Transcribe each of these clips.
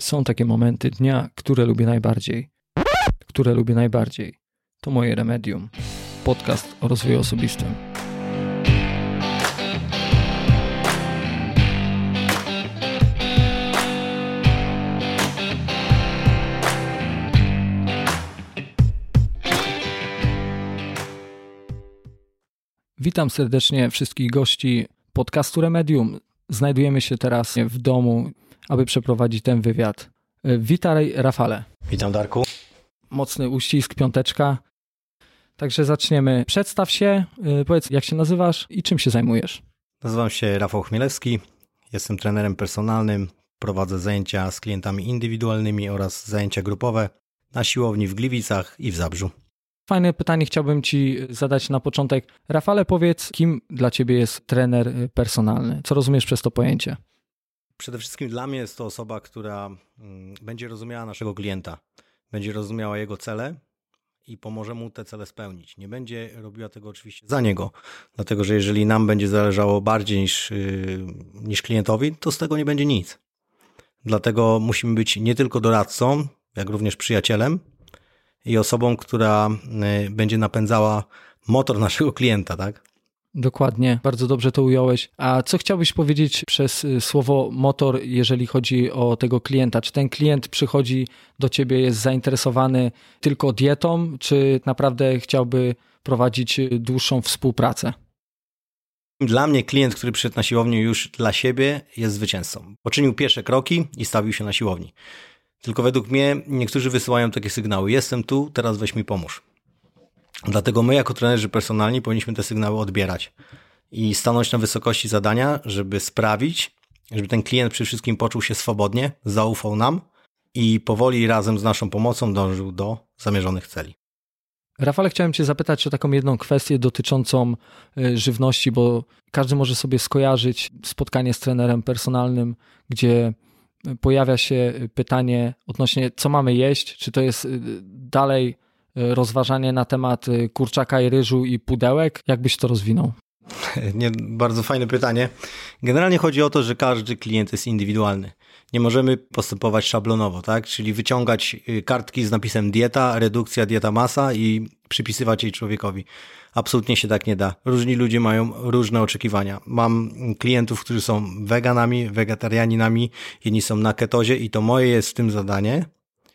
Są takie momenty dnia, które lubię najbardziej. To moje Remedium. Podcast o rozwoju osobistym. Witam serdecznie wszystkich gości podcastu Remedium. Znajdujemy się teraz w domu, aby przeprowadzić ten wywiad. Witaj, Rafale. Witam, Darku. Mocny uścisk, piąteczka. Także zaczniemy. Przedstaw się, powiedz, jak się nazywasz i czym się zajmujesz. Nazywam się Rafał Chmielewski, jestem trenerem personalnym, prowadzę zajęcia z klientami indywidualnymi oraz zajęcia grupowe na siłowni w Gliwicach i w Zabrzu. Fajne pytanie chciałbym Ci zadać na początek. Rafale, powiedz, kim dla Ciebie jest trener personalny? Co rozumiesz przez to pojęcie? Przede wszystkim dla mnie jest to osoba, która będzie rozumiała naszego klienta, będzie rozumiała jego cele i pomoże mu te cele spełnić. Nie będzie robiła tego oczywiście za niego, dlatego że jeżeli nam będzie zależało bardziej niż klientowi, to z tego nie będzie nic. Dlatego musimy być nie tylko doradcą, jak również przyjacielem i osobą, która będzie napędzała motor naszego klienta, tak? Dokładnie, bardzo dobrze to ująłeś. A co chciałbyś powiedzieć przez słowo motor, jeżeli chodzi o tego klienta? Czy ten klient przychodzi do Ciebie, jest zainteresowany tylko dietą, czy naprawdę chciałby prowadzić dłuższą współpracę? Dla mnie klient, który przyszedł na siłownię już dla siebie, jest zwycięzcą. Poczynił pierwsze kroki i stawił się na siłowni. Tylko według mnie niektórzy wysyłają takie sygnały. Jestem tu, teraz weź mi pomóż. Dlatego my jako trenerzy personalni powinniśmy te sygnały odbierać i stanąć na wysokości zadania, żeby sprawić, żeby ten klient przede wszystkim poczuł się swobodnie, zaufał nam i powoli razem z naszą pomocą dążył do zamierzonych celi. Rafale, chciałem Cię zapytać o taką jedną kwestię dotyczącą żywności, bo każdy może sobie skojarzyć spotkanie z trenerem personalnym, gdzie pojawia się pytanie odnośnie co mamy jeść, czy to jest dalej rozważanie na temat kurczaka i ryżu i pudełek. Jak byś to rozwinął? Bardzo fajne pytanie. Generalnie chodzi o to, że każdy klient jest indywidualny. Nie możemy postępować szablonowo, tak? Czyli wyciągać kartki z napisem dieta, redukcja, dieta, masa i przypisywać jej człowiekowi. Absolutnie się tak nie da. Różni ludzie mają różne oczekiwania. Mam klientów, którzy są weganami, wegetarianinami, jedni są na ketozie i to moje jest w tym zadanie,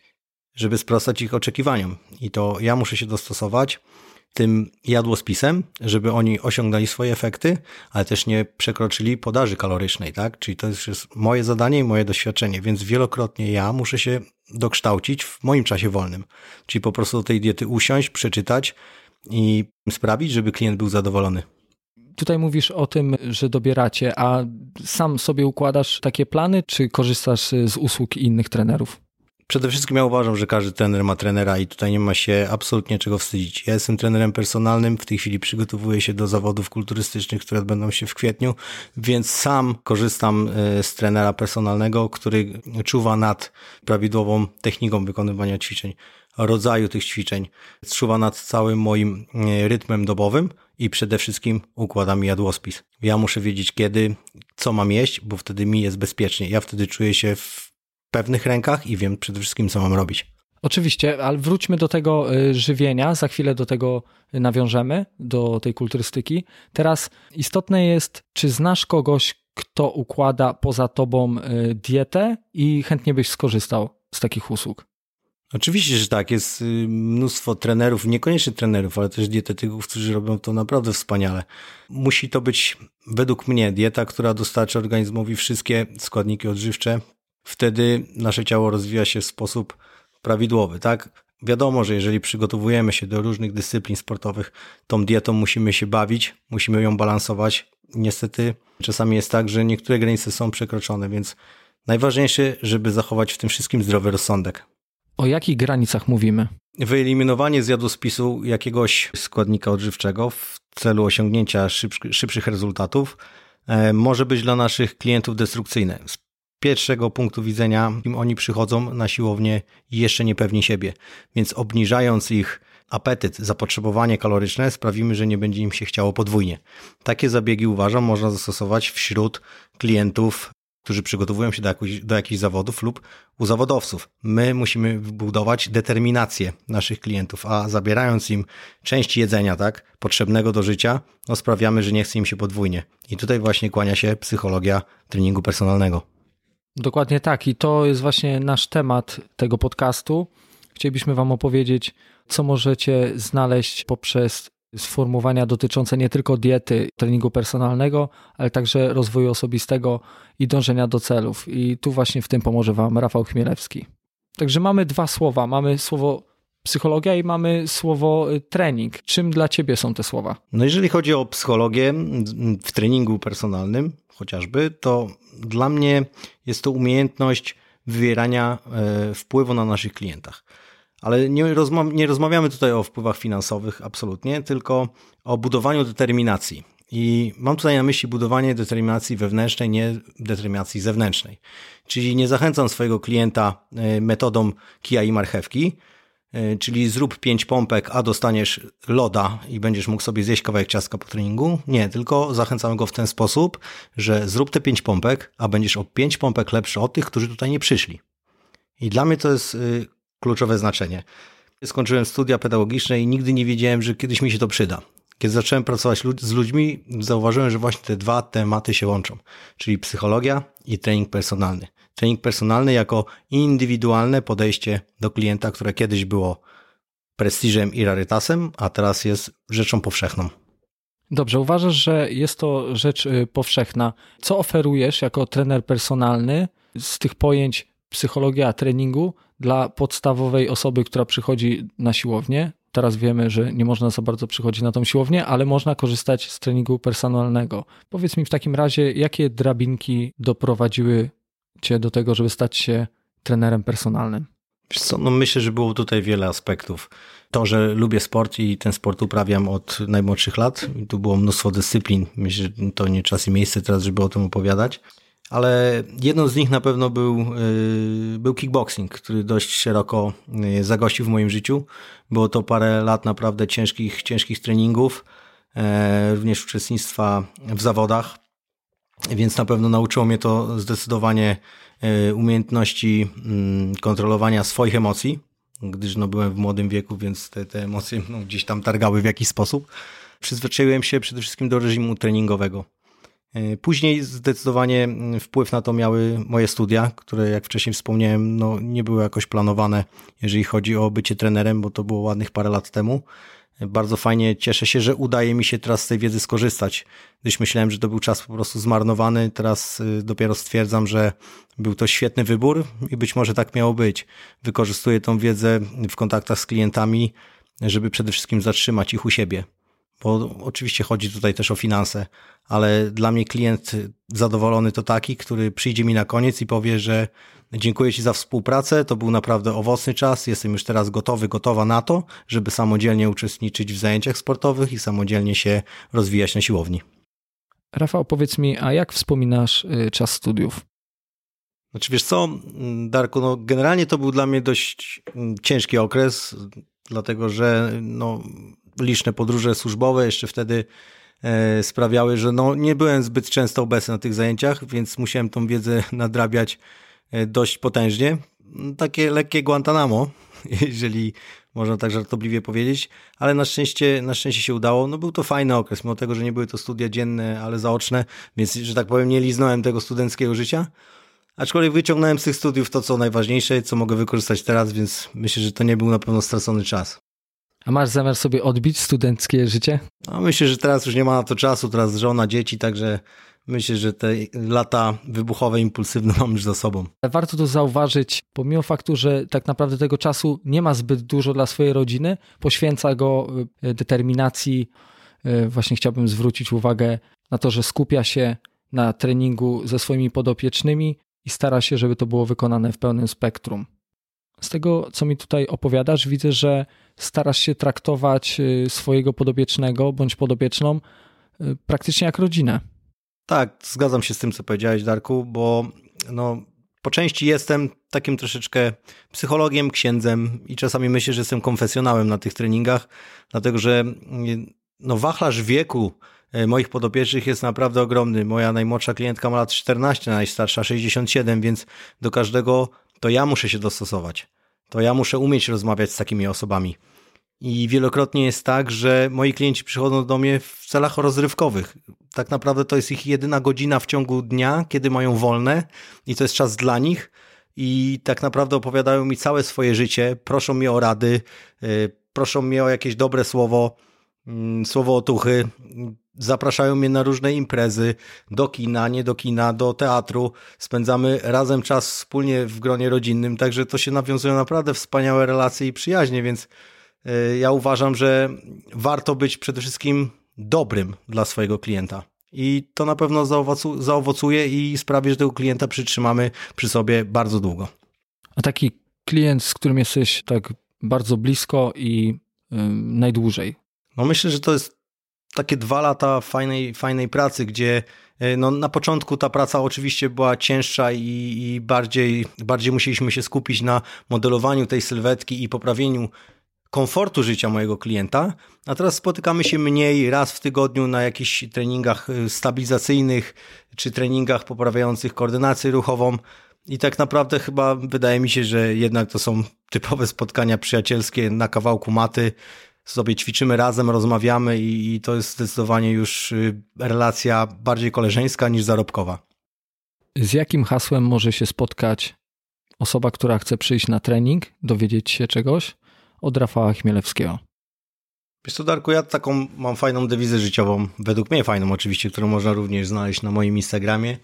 żeby sprostać ich oczekiwaniom. I to ja muszę się dostosować tym jadłospisem, żeby oni osiągnęli swoje efekty, ale też nie przekroczyli podaży kalorycznej, tak? Czyli to jest moje zadanie i moje doświadczenie, więc wielokrotnie ja muszę się dokształcić w moim czasie wolnym. Czyli po prostu do tej diety usiąść, przeczytać i sprawić, żeby klient był zadowolony. Tutaj mówisz o tym, że dobieracie, a sam sobie układasz takie plany, czy korzystasz z usług innych trenerów? Przede wszystkim ja uważam, że każdy trener ma trenera i tutaj nie ma się absolutnie czego wstydzić. Ja jestem trenerem personalnym, w tej chwili przygotowuję się do zawodów kulturystycznych, które odbędą się w kwietniu, więc sam korzystam z trenera personalnego, który czuwa nad prawidłową techniką wykonywania ćwiczeń, rodzaju tych ćwiczeń, czuwa nad całym moim rytmem dobowym i przede wszystkim układa mi jadłospis. Ja muszę wiedzieć kiedy, co mam jeść, bo wtedy mi jest bezpiecznie. Ja wtedy czuję się w pewnych rękach i wiem przede wszystkim, co mam robić. Oczywiście, ale wróćmy do tego żywienia, za chwilę do tego nawiążemy, do tej kulturystyki. Teraz istotne jest, czy znasz kogoś, kto układa poza tobą dietę i chętnie byś skorzystał z takich usług? Oczywiście, że tak. Jest mnóstwo trenerów, niekoniecznie trenerów, ale też dietetyków, którzy robią to naprawdę wspaniale. Musi to być według mnie dieta, która dostarcza organizmowi wszystkie składniki odżywcze. Wtedy nasze ciało rozwija się w sposób prawidłowy, tak? Wiadomo, że jeżeli przygotowujemy się do różnych dyscyplin sportowych, tą dietą musimy się bawić, musimy ją balansować. Niestety czasami jest tak, że niektóre granice są przekroczone, więc najważniejsze, żeby zachować w tym wszystkim zdrowy rozsądek. O jakich granicach mówimy? Wyeliminowanie z jadłospisu jakiegoś składnika odżywczego w celu osiągnięcia szybszych rezultatów może być dla naszych klientów destrukcyjne. Z pierwszego punktu widzenia oni przychodzą na siłownię jeszcze niepewni siebie, więc obniżając ich apetyt, zapotrzebowanie kaloryczne sprawimy, że nie będzie im się chciało podwójnie. Takie zabiegi, uważam, można zastosować wśród klientów którzy przygotowują się do jakichś zawodów lub u zawodowców. My musimy budować determinację naszych klientów, a zabierając im część jedzenia, tak, potrzebnego do życia, no sprawiamy, że nie chce im się podwójnie. I tutaj właśnie kłania się psychologia treningu personalnego. Dokładnie tak i to jest właśnie nasz temat tego podcastu. Chcielibyśmy Wam opowiedzieć, co możecie znaleźć poprzez sformułowania dotyczące nie tylko diety, treningu personalnego, ale także rozwoju osobistego i dążenia do celów. I tu właśnie w tym pomoże Wam Rafał Chmielewski. Także mamy dwa słowa. Mamy słowo psychologia i mamy słowo trening. Czym dla Ciebie są te słowa? No jeżeli chodzi o psychologię w treningu personalnym chociażby, to dla mnie jest to umiejętność wywierania wpływu na naszych klientach. Ale nie rozmawiamy tutaj o wpływach finansowych absolutnie, tylko o budowaniu determinacji. I mam tutaj na myśli budowanie determinacji wewnętrznej, nie determinacji zewnętrznej. Czyli nie zachęcam swojego klienta metodą kija i marchewki, czyli zrób 5 pompek, a dostaniesz loda i będziesz mógł sobie zjeść kawałek ciastka po treningu. Nie, tylko zachęcam go w ten sposób, że zrób te 5 pompek, a będziesz o 5 pompek lepszy od tych, którzy tutaj nie przyszli. I dla mnie to jest kluczowe znaczenie. Skończyłem studia pedagogiczne i nigdy nie wiedziałem, że kiedyś mi się to przyda. Kiedy zacząłem pracować z ludźmi, zauważyłem, że właśnie te dwa tematy się łączą, czyli psychologia i trening personalny. Trening personalny jako indywidualne podejście do klienta, które kiedyś było prestiżem i rarytasem, a teraz jest rzeczą powszechną. Dobrze, uważasz, że jest to rzecz powszechna. Co oferujesz jako trener personalny z tych pojęć psychologia treningu dla podstawowej osoby, która przychodzi na siłownię? Teraz wiemy, że nie można za bardzo przychodzić na tą siłownię, ale można korzystać z treningu personalnego. Powiedz mi w takim razie, jakie drabinki doprowadziły Cię do tego, żeby stać się trenerem personalnym? Wiesz co, no myślę, że było tutaj wiele aspektów. To, że lubię sport i ten sport uprawiam od najmłodszych lat. I tu było mnóstwo dyscyplin. Myślę, że to nie czas i miejsce teraz, żeby o tym opowiadać. Ale jedną z nich na pewno był kickboxing, który dość szeroko zagościł w moim życiu. Było to parę lat naprawdę ciężkich treningów, również uczestnictwa w zawodach, więc na pewno nauczyło mnie to zdecydowanie umiejętności kontrolowania swoich emocji, gdyż byłem w młodym wieku, więc te emocje gdzieś tam targały w jakiś sposób. Przyzwyczaiłem się przede wszystkim do reżimu treningowego. Później zdecydowanie wpływ na to miały moje studia, które jak wcześniej wspomniałem, nie były jakoś planowane, jeżeli chodzi o bycie trenerem, bo to było ładnych parę lat temu. Bardzo fajnie, cieszę się, że udaje mi się teraz z tej wiedzy skorzystać, gdyż myślałem, że to był czas po prostu zmarnowany. Teraz dopiero stwierdzam, że był to świetny wybór i być może tak miało być. Wykorzystuję tą wiedzę w kontaktach z klientami, żeby przede wszystkim zatrzymać ich u siebie. Bo oczywiście chodzi tutaj też o finanse, ale dla mnie klient zadowolony to taki, który przyjdzie mi na koniec i powie, że dziękuję Ci za współpracę, to był naprawdę owocny czas, jestem już teraz gotowa na to, żeby samodzielnie uczestniczyć w zajęciach sportowych i samodzielnie się rozwijać na siłowni. Rafał, powiedz mi, a jak wspominasz czas studiów? Znaczy wiesz co, Darku, generalnie to był dla mnie dość ciężki okres, dlatego że liczne podróże służbowe jeszcze wtedy sprawiały, że nie byłem zbyt często obecny na tych zajęciach, więc musiałem tą wiedzę nadrabiać dość potężnie. Takie lekkie Guantanamo, jeżeli można tak żartobliwie powiedzieć, ale na szczęście się udało. Był to fajny okres, mimo tego, że nie były to studia dzienne, ale zaoczne, więc, że tak powiem, nie liznąłem tego studenckiego życia. Aczkolwiek wyciągnąłem z tych studiów to, co najważniejsze, co mogę wykorzystać teraz, więc myślę, że to nie był na pewno stracony czas. A masz zamiar sobie odbić studenckie życie? Myślę, że teraz już nie ma na to czasu, teraz żona, dzieci, także myślę, że te lata wybuchowe, impulsywne mam już za sobą. Warto tu zauważyć, pomimo faktu, że tak naprawdę tego czasu nie ma zbyt dużo dla swojej rodziny, poświęca go determinacji. Właśnie chciałbym zwrócić uwagę na to, że skupia się na treningu ze swoimi podopiecznymi i stara się, żeby to było wykonane w pełnym spektrum. Z tego, co mi tutaj opowiadasz, widzę, że starasz się traktować swojego podopiecznego bądź podopieczną praktycznie jak rodzinę. Tak, zgadzam się z tym, co powiedziałeś, Darku, bo po części jestem takim troszeczkę psychologiem, księdzem i czasami myślę, że jestem konfesjonałem na tych treningach, dlatego że wachlarz wieku moich podopiecznych jest naprawdę ogromny. Moja najmłodsza klientka ma lat 14, najstarsza 67, więc do każdego to ja muszę się dostosować. To ja muszę umieć rozmawiać z takimi osobami. I wielokrotnie jest tak, że moi klienci przychodzą do mnie w celach rozrywkowych. Tak naprawdę to jest ich jedyna godzina w ciągu dnia, kiedy mają wolne i to jest czas dla nich. I tak naprawdę opowiadają mi całe swoje życie, proszą mnie o rady, proszą mnie o jakieś dobre słowo otuchy, zapraszają mnie na różne imprezy, do kina, nie do kina, do teatru. Spędzamy razem czas wspólnie w gronie rodzinnym, także to się nawiązują naprawdę wspaniałe relacje i przyjaźnie, więc ja uważam, że warto być przede wszystkim dobrym dla swojego klienta. I to na pewno zaowocuje i sprawi, że tego klienta przytrzymamy przy sobie bardzo długo. A taki klient, z którym jesteś tak bardzo blisko i najdłużej? No myślę, że to jest takie 2 lata fajnej pracy, gdzie no na początku ta praca oczywiście była cięższa i bardziej musieliśmy się skupić na modelowaniu tej sylwetki i poprawieniu komfortu życia mojego klienta, a teraz spotykamy się mniej, raz w tygodniu na jakichś treningach stabilizacyjnych czy treningach poprawiających koordynację ruchową i tak naprawdę chyba wydaje mi się, że jednak to są typowe spotkania przyjacielskie na kawałku maty, sobie ćwiczymy razem, rozmawiamy i to jest zdecydowanie już relacja bardziej koleżeńska niż zarobkowa. Z jakim hasłem może się spotkać osoba, która chce przyjść na trening, dowiedzieć się czegoś od Rafała Chmielewskiego? Wiesz co, Darku, ja taką mam fajną dewizę życiową, według mnie fajną oczywiście, którą można również znaleźć na moim Instagramie.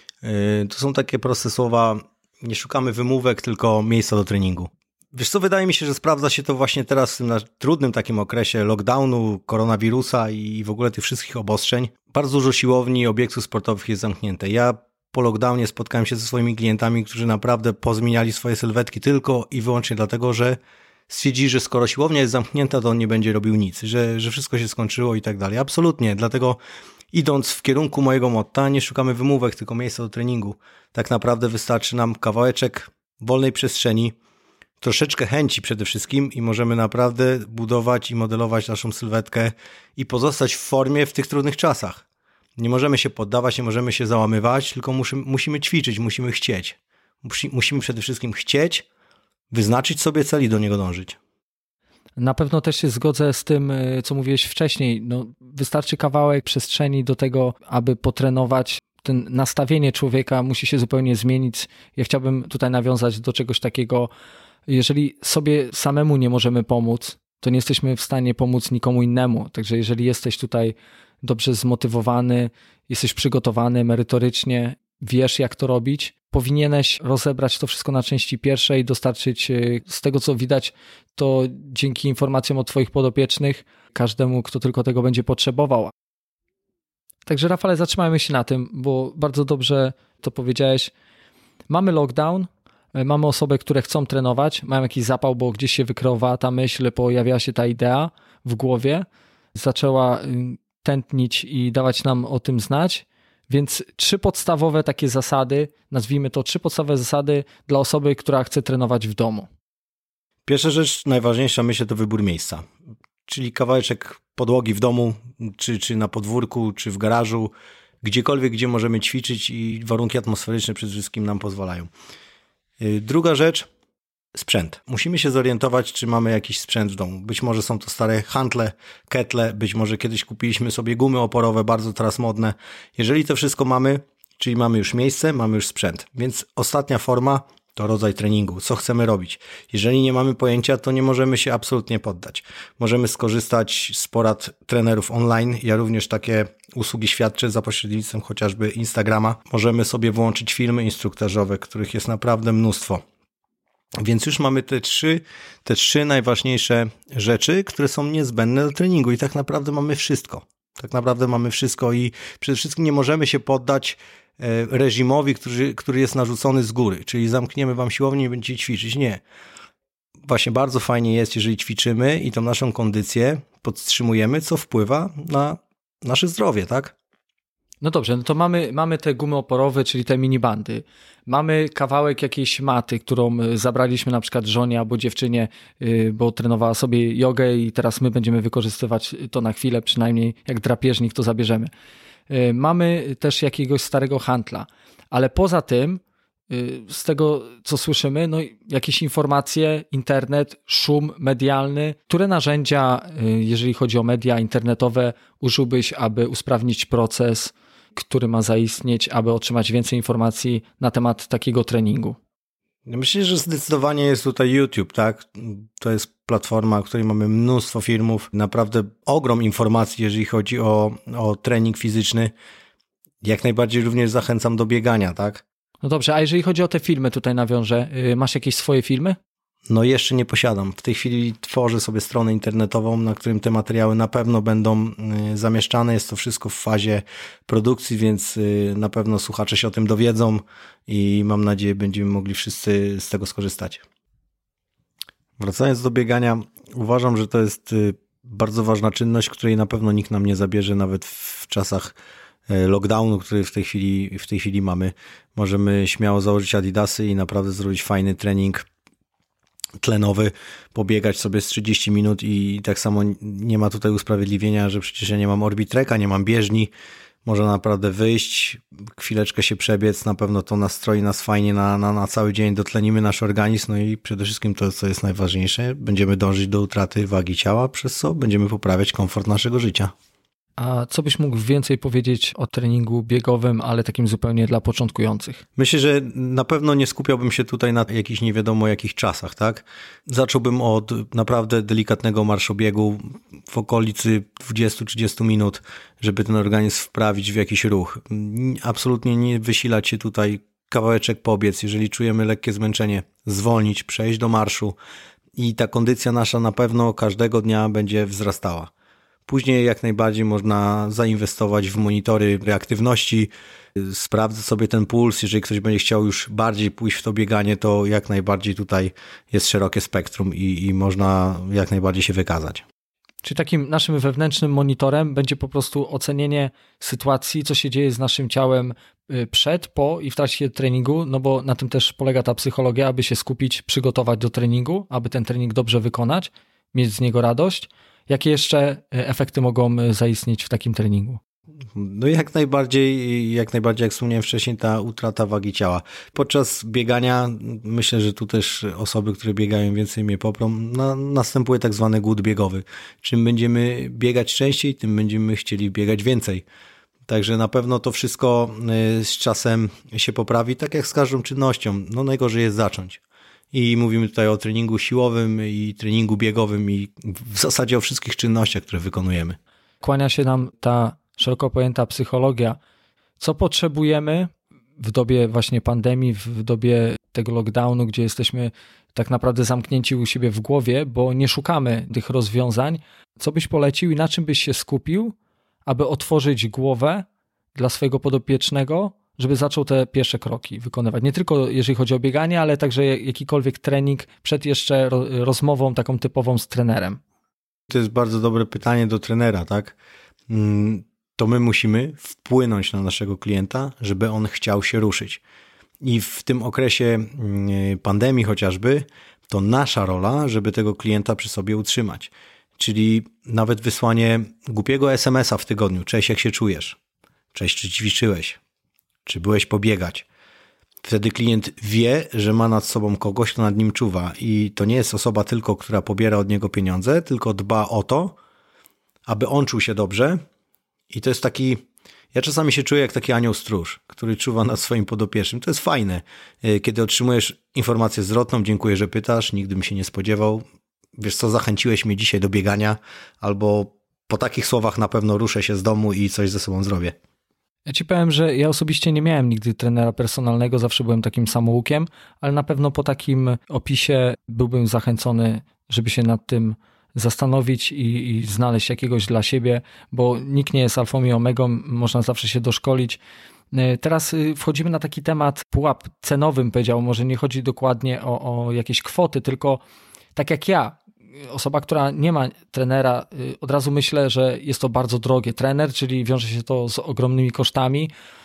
To są takie proste słowa, nie szukamy wymówek, tylko miejsca do treningu. Wiesz co, wydaje mi się, że sprawdza się to właśnie teraz w tym trudnym takim okresie lockdownu, koronawirusa i w ogóle tych wszystkich obostrzeń. Bardzo dużo siłowni i obiektów sportowych jest zamknięte. Ja po lockdownie spotkałem się ze swoimi klientami, którzy naprawdę pozmieniali swoje sylwetki tylko i wyłącznie dlatego, że stwierdzili, że skoro siłownia jest zamknięta, to on nie będzie robił nic, że wszystko się skończyło i tak dalej. Absolutnie, dlatego idąc w kierunku mojego motta, nie szukamy wymówek, tylko miejsca do treningu. Tak naprawdę wystarczy nam kawałeczek wolnej przestrzeni, troszeczkę chęci przede wszystkim i możemy naprawdę budować i modelować naszą sylwetkę i pozostać w formie w tych trudnych czasach. Nie możemy się poddawać, nie możemy się załamywać, tylko musimy ćwiczyć, musimy chcieć. Musimy przede wszystkim chcieć, wyznaczyć sobie cel i do niego dążyć. Na pewno też się zgodzę z tym, co mówiłeś wcześniej. No, wystarczy kawałek przestrzeni do tego, aby potrenować. Ten nastawienie człowieka musi się zupełnie zmienić. Ja chciałbym tutaj nawiązać do czegoś takiego. Jeżeli sobie samemu nie możemy pomóc, to nie jesteśmy w stanie pomóc nikomu innemu. Także jeżeli jesteś tutaj dobrze zmotywowany, jesteś przygotowany merytorycznie, wiesz jak to robić, powinieneś rozebrać to wszystko na części pierwsze i dostarczyć, z tego co widać, to dzięki informacjom od twoich podopiecznych, każdemu, kto tylko tego będzie potrzebował. Także Rafale, zatrzymajmy się na tym, bo bardzo dobrze to powiedziałeś. Mamy lockdown, mamy osoby, które chcą trenować, mają jakiś zapał, bo gdzieś się wykreowała ta myśl, pojawiła się ta idea w głowie, zaczęła tętnić i dawać nam o tym znać. Więc 3 podstawowe takie zasady, nazwijmy to 3 podstawowe zasady dla osoby, która chce trenować w domu. Pierwsza rzecz, najważniejsza myślę, to wybór miejsca. Czyli kawałeczek podłogi w domu, czy na podwórku, czy w garażu, gdziekolwiek, gdzie możemy ćwiczyć i warunki atmosferyczne przede wszystkim nam pozwalają. Druga rzecz, sprzęt. Musimy się zorientować, czy mamy jakiś sprzęt w domu. Być może są to stare hantle, ketle, być może kiedyś kupiliśmy sobie gumy oporowe, bardzo teraz modne. Jeżeli to wszystko mamy, czyli mamy już miejsce, mamy już sprzęt. Więc ostatnia forma to rodzaj treningu. Co chcemy robić? Jeżeli nie mamy pojęcia, to nie możemy się absolutnie poddać. Możemy skorzystać z porad trenerów online. Ja również takie usługi świadczę za pośrednictwem chociażby Instagrama. Możemy sobie włączyć filmy instruktażowe, których jest naprawdę mnóstwo. Więc już mamy te trzy najważniejsze rzeczy, które są niezbędne do treningu i tak naprawdę mamy wszystko. I przede wszystkim nie możemy się poddać reżimowi, który jest narzucony z góry, czyli zamkniemy wam siłownię i będziecie ćwiczyć. Nie. Właśnie bardzo fajnie jest, jeżeli ćwiczymy i tą naszą kondycję podtrzymujemy, co wpływa na nasze zdrowie, tak? No dobrze, no to mamy te gumy oporowe, czyli te minibandy. Mamy kawałek jakiejś maty, którą zabraliśmy na przykład żonie albo dziewczynie, bo trenowała sobie jogę i teraz my będziemy wykorzystywać to na chwilę, przynajmniej jak drapieżnik to zabierzemy. Mamy też jakiegoś starego hantla, ale poza tym z tego, co słyszymy, no jakieś informacje, internet, szum medialny. Które narzędzia, jeżeli chodzi o media internetowe, użyłbyś, aby usprawnić proces, który ma zaistnieć, aby otrzymać więcej informacji na temat takiego treningu? Myślę, że zdecydowanie jest tutaj YouTube, tak? To jest platforma, w której mamy mnóstwo filmów, naprawdę ogrom informacji, jeżeli chodzi o trening fizyczny. Jak najbardziej również zachęcam do biegania, tak? No dobrze, a jeżeli chodzi o te filmy, tutaj nawiążę, masz jakieś swoje filmy? No jeszcze nie posiadam. W tej chwili tworzę sobie stronę internetową, na którym te materiały na pewno będą zamieszczane. Jest to wszystko w fazie produkcji, więc na pewno słuchacze się o tym dowiedzą i mam nadzieję, będziemy mogli wszyscy z tego skorzystać. Wracając do biegania, uważam, że to jest bardzo ważna czynność, której na pewno nikt nam nie zabierze, nawet w czasach lockdownu, który w tej chwili mamy. Możemy śmiało założyć adidasy i naprawdę zrobić fajny trening tlenowy, pobiegać sobie z 30 minut i tak samo nie ma tutaj usprawiedliwienia, że przecież ja nie mam Orbitreka, nie mam bieżni. Można naprawdę wyjść, chwileczkę się przebiec, na pewno to nastroi nas fajnie na cały dzień, dotlenimy nasz organizm, no i przede wszystkim to, co jest najważniejsze, będziemy dążyć do utraty wagi ciała, przez co będziemy poprawiać komfort naszego życia. A co byś mógł więcej powiedzieć o treningu biegowym, ale takim zupełnie dla początkujących? Myślę, że na pewno nie skupiałbym się tutaj na jakichś nie wiadomo jakich czasach, tak? Zacząłbym od naprawdę delikatnego marszobiegu w okolicy 20-30 minut, żeby ten organizm wprawić w jakiś ruch. Absolutnie nie wysilać się tutaj, kawałeczek pobiec, jeżeli czujemy lekkie zmęczenie, zwolnić, przejść do marszu i ta kondycja nasza na pewno każdego dnia będzie wzrastała. Później jak najbardziej można zainwestować w monitory reaktywności, sprawdzę sobie ten puls, jeżeli ktoś będzie chciał już bardziej pójść w to bieganie, to jak najbardziej tutaj jest szerokie spektrum i można jak najbardziej się wykazać. Czyli takim naszym wewnętrznym monitorem będzie po prostu ocenienie sytuacji, co się dzieje z naszym ciałem przed, po i w trakcie treningu, no bo na tym też polega ta psychologia, aby się skupić, przygotować do treningu, aby ten trening dobrze wykonać, mieć z niego radość. Jakie jeszcze efekty mogą zaistnieć w takim treningu? No jak najbardziej, jak wspomniałem wcześniej, ta utrata wagi ciała. Podczas biegania, myślę, że tu też osoby, które biegają więcej mnie poprą, następuje tak zwany głód biegowy. Czym będziemy biegać częściej, tym będziemy chcieli biegać więcej. Także na pewno to wszystko z czasem się poprawi, tak jak z każdą czynnością. No najgorzej jest zacząć. I mówimy tutaj o treningu siłowym i treningu biegowym i w zasadzie o wszystkich czynnościach, które wykonujemy. Kłania się nam ta szeroko pojęta psychologia. Co potrzebujemy w dobie właśnie pandemii, w dobie tego lockdownu, gdzie jesteśmy tak naprawdę zamknięci u siebie w głowie, bo nie szukamy tych rozwiązań. Co byś polecił i na czym byś się skupił, aby otworzyć głowę dla swojego podopiecznego, żeby zaczął te pierwsze kroki wykonywać. Nie tylko jeżeli chodzi o bieganie, ale także jakikolwiek trening przed jeszcze rozmową taką typową z trenerem. To jest bardzo dobre pytanie do trenera, tak? To my musimy wpłynąć na naszego klienta, żeby on chciał się ruszyć. I w tym okresie pandemii chociażby, to nasza rola, żeby tego klienta przy sobie utrzymać. Czyli nawet wysłanie głupiego SMS-a w tygodniu. Cześć, jak się czujesz? Cześć, czy ćwiczyłeś? Czy byłeś pobiegać? Wtedy klient wie, że ma nad sobą kogoś, kto nad nim czuwa i to nie jest osoba tylko, która pobiera od niego pieniądze, tylko dba o to, aby on czuł się dobrze i to jest taki, ja czasami się czuję jak taki anioł stróż, który czuwa nad swoim podopiecznym. To jest fajne, kiedy otrzymujesz informację zwrotną, dziękuję, że pytasz, nigdy bym się nie spodziewał, wiesz co, zachęciłeś mnie dzisiaj do biegania, albo po takich słowach na pewno ruszę się z domu i coś ze sobą zrobię. Ja ci powiem, że ja osobiście nie miałem nigdy trenera personalnego, zawsze byłem takim samoukiem, ale na pewno po takim opisie byłbym zachęcony, żeby się nad tym zastanowić i znaleźć jakiegoś dla siebie, bo nikt nie jest alfą i omegą, można zawsze się doszkolić. Teraz wchodzimy na taki temat pułap cenowym, powiedział, może nie chodzi dokładnie o jakieś kwoty, tylko tak jak ja, osoba, która nie ma trenera, od razu myślę, że jest to bardzo drogie. Trener, czyli wiąże się to z ogromnymi kosztami.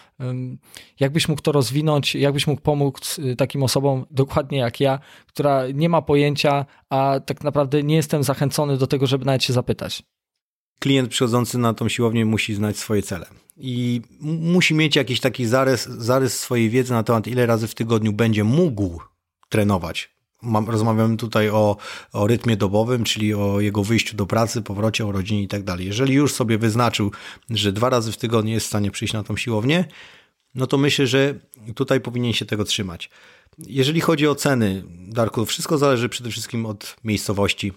Jakbyś mógł to rozwinąć, jakbyś mógł pomóc takim osobom, dokładnie jak ja, która nie ma pojęcia, a tak naprawdę nie jestem zachęcony do tego, żeby nawet się zapytać. Klient przychodzący na tą siłownię musi znać swoje cele i musi mieć jakiś taki zarys swojej wiedzy na temat, ile razy w tygodniu będzie mógł trenować. Rozmawiamy tutaj o rytmie dobowym, czyli o jego wyjściu do pracy, powrocie, o rodzinie i tak dalej. Jeżeli już sobie wyznaczył, że 2 razy w tygodniu jest w stanie przyjść na tą siłownię, no to myślę, że tutaj powinien się tego trzymać. Jeżeli chodzi o ceny, Darku, wszystko zależy przede wszystkim od miejscowości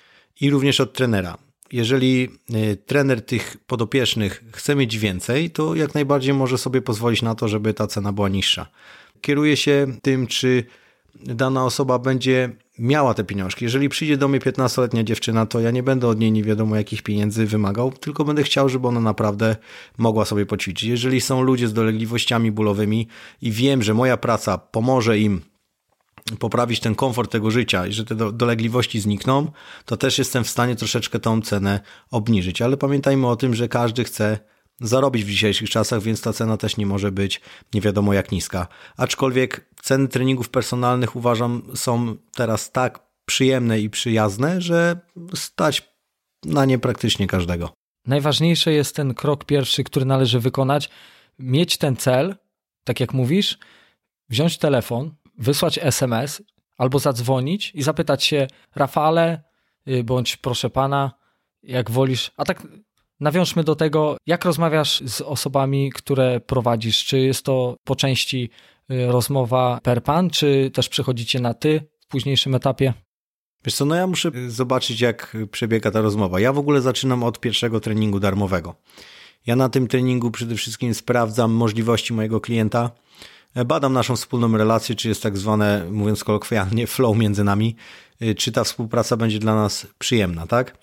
i również od trenera. Jeżeli trener tych podopiecznych chce mieć więcej, to jak najbardziej może sobie pozwolić na to, żeby ta cena była niższa. Kieruje się tym, czy dana osoba będzie miała te pieniążki. Jeżeli przyjdzie do mnie 15-letnia dziewczyna, to ja nie będę od niej nie wiadomo jakich pieniędzy wymagał, tylko będę chciał, żeby ona naprawdę mogła sobie poćwiczyć. Jeżeli są ludzie z dolegliwościami bólowymi i wiem, że moja praca pomoże im poprawić ten komfort tego życia i że te dolegliwości znikną, to też jestem w stanie troszeczkę tą cenę obniżyć. Ale pamiętajmy o tym, że każdy chce zarobić w dzisiejszych czasach, więc ta cena też nie może być nie wiadomo jak niska. Aczkolwiek ceny treningów personalnych uważam są teraz tak przyjemne i przyjazne, że stać na nie praktycznie każdego. Najważniejszy jest ten krok pierwszy, który należy wykonać. Mieć ten cel, tak jak mówisz, wziąć telefon, wysłać SMS albo zadzwonić i zapytać się: Rafale, bądź proszę pana, jak wolisz. A tak nawiążmy do tego, jak rozmawiasz z osobami, które prowadzisz. Czy jest to po części rozmowa per pan, czy też przechodzicie na ty w późniejszym etapie? Wiesz co, no ja muszę zobaczyć, jak przebiega ta rozmowa. Ja w ogóle zaczynam od pierwszego treningu darmowego. Ja na tym treningu przede wszystkim sprawdzam możliwości mojego klienta, badam naszą wspólną relację, czy jest tak zwane, mówiąc kolokwialnie, flow między nami, czy ta współpraca będzie dla nas przyjemna, tak?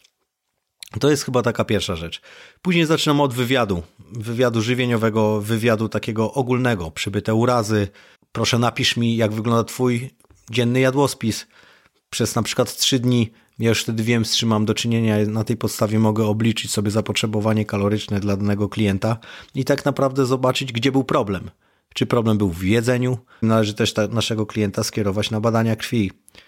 To jest chyba taka pierwsza rzecz. Później zaczynam od wywiadu żywieniowego, wywiadu takiego ogólnego, przybyte urazy. Proszę napisz mi, jak wygląda twój dzienny jadłospis. Przez na przykład 3 dni, ja już wtedy wiem, z czym mam do czynienia, na tej podstawie mogę obliczyć sobie zapotrzebowanie kaloryczne dla danego klienta i tak naprawdę zobaczyć, gdzie był problem. Czy problem był w jedzeniu? Należy też naszego klienta skierować na badania krwi.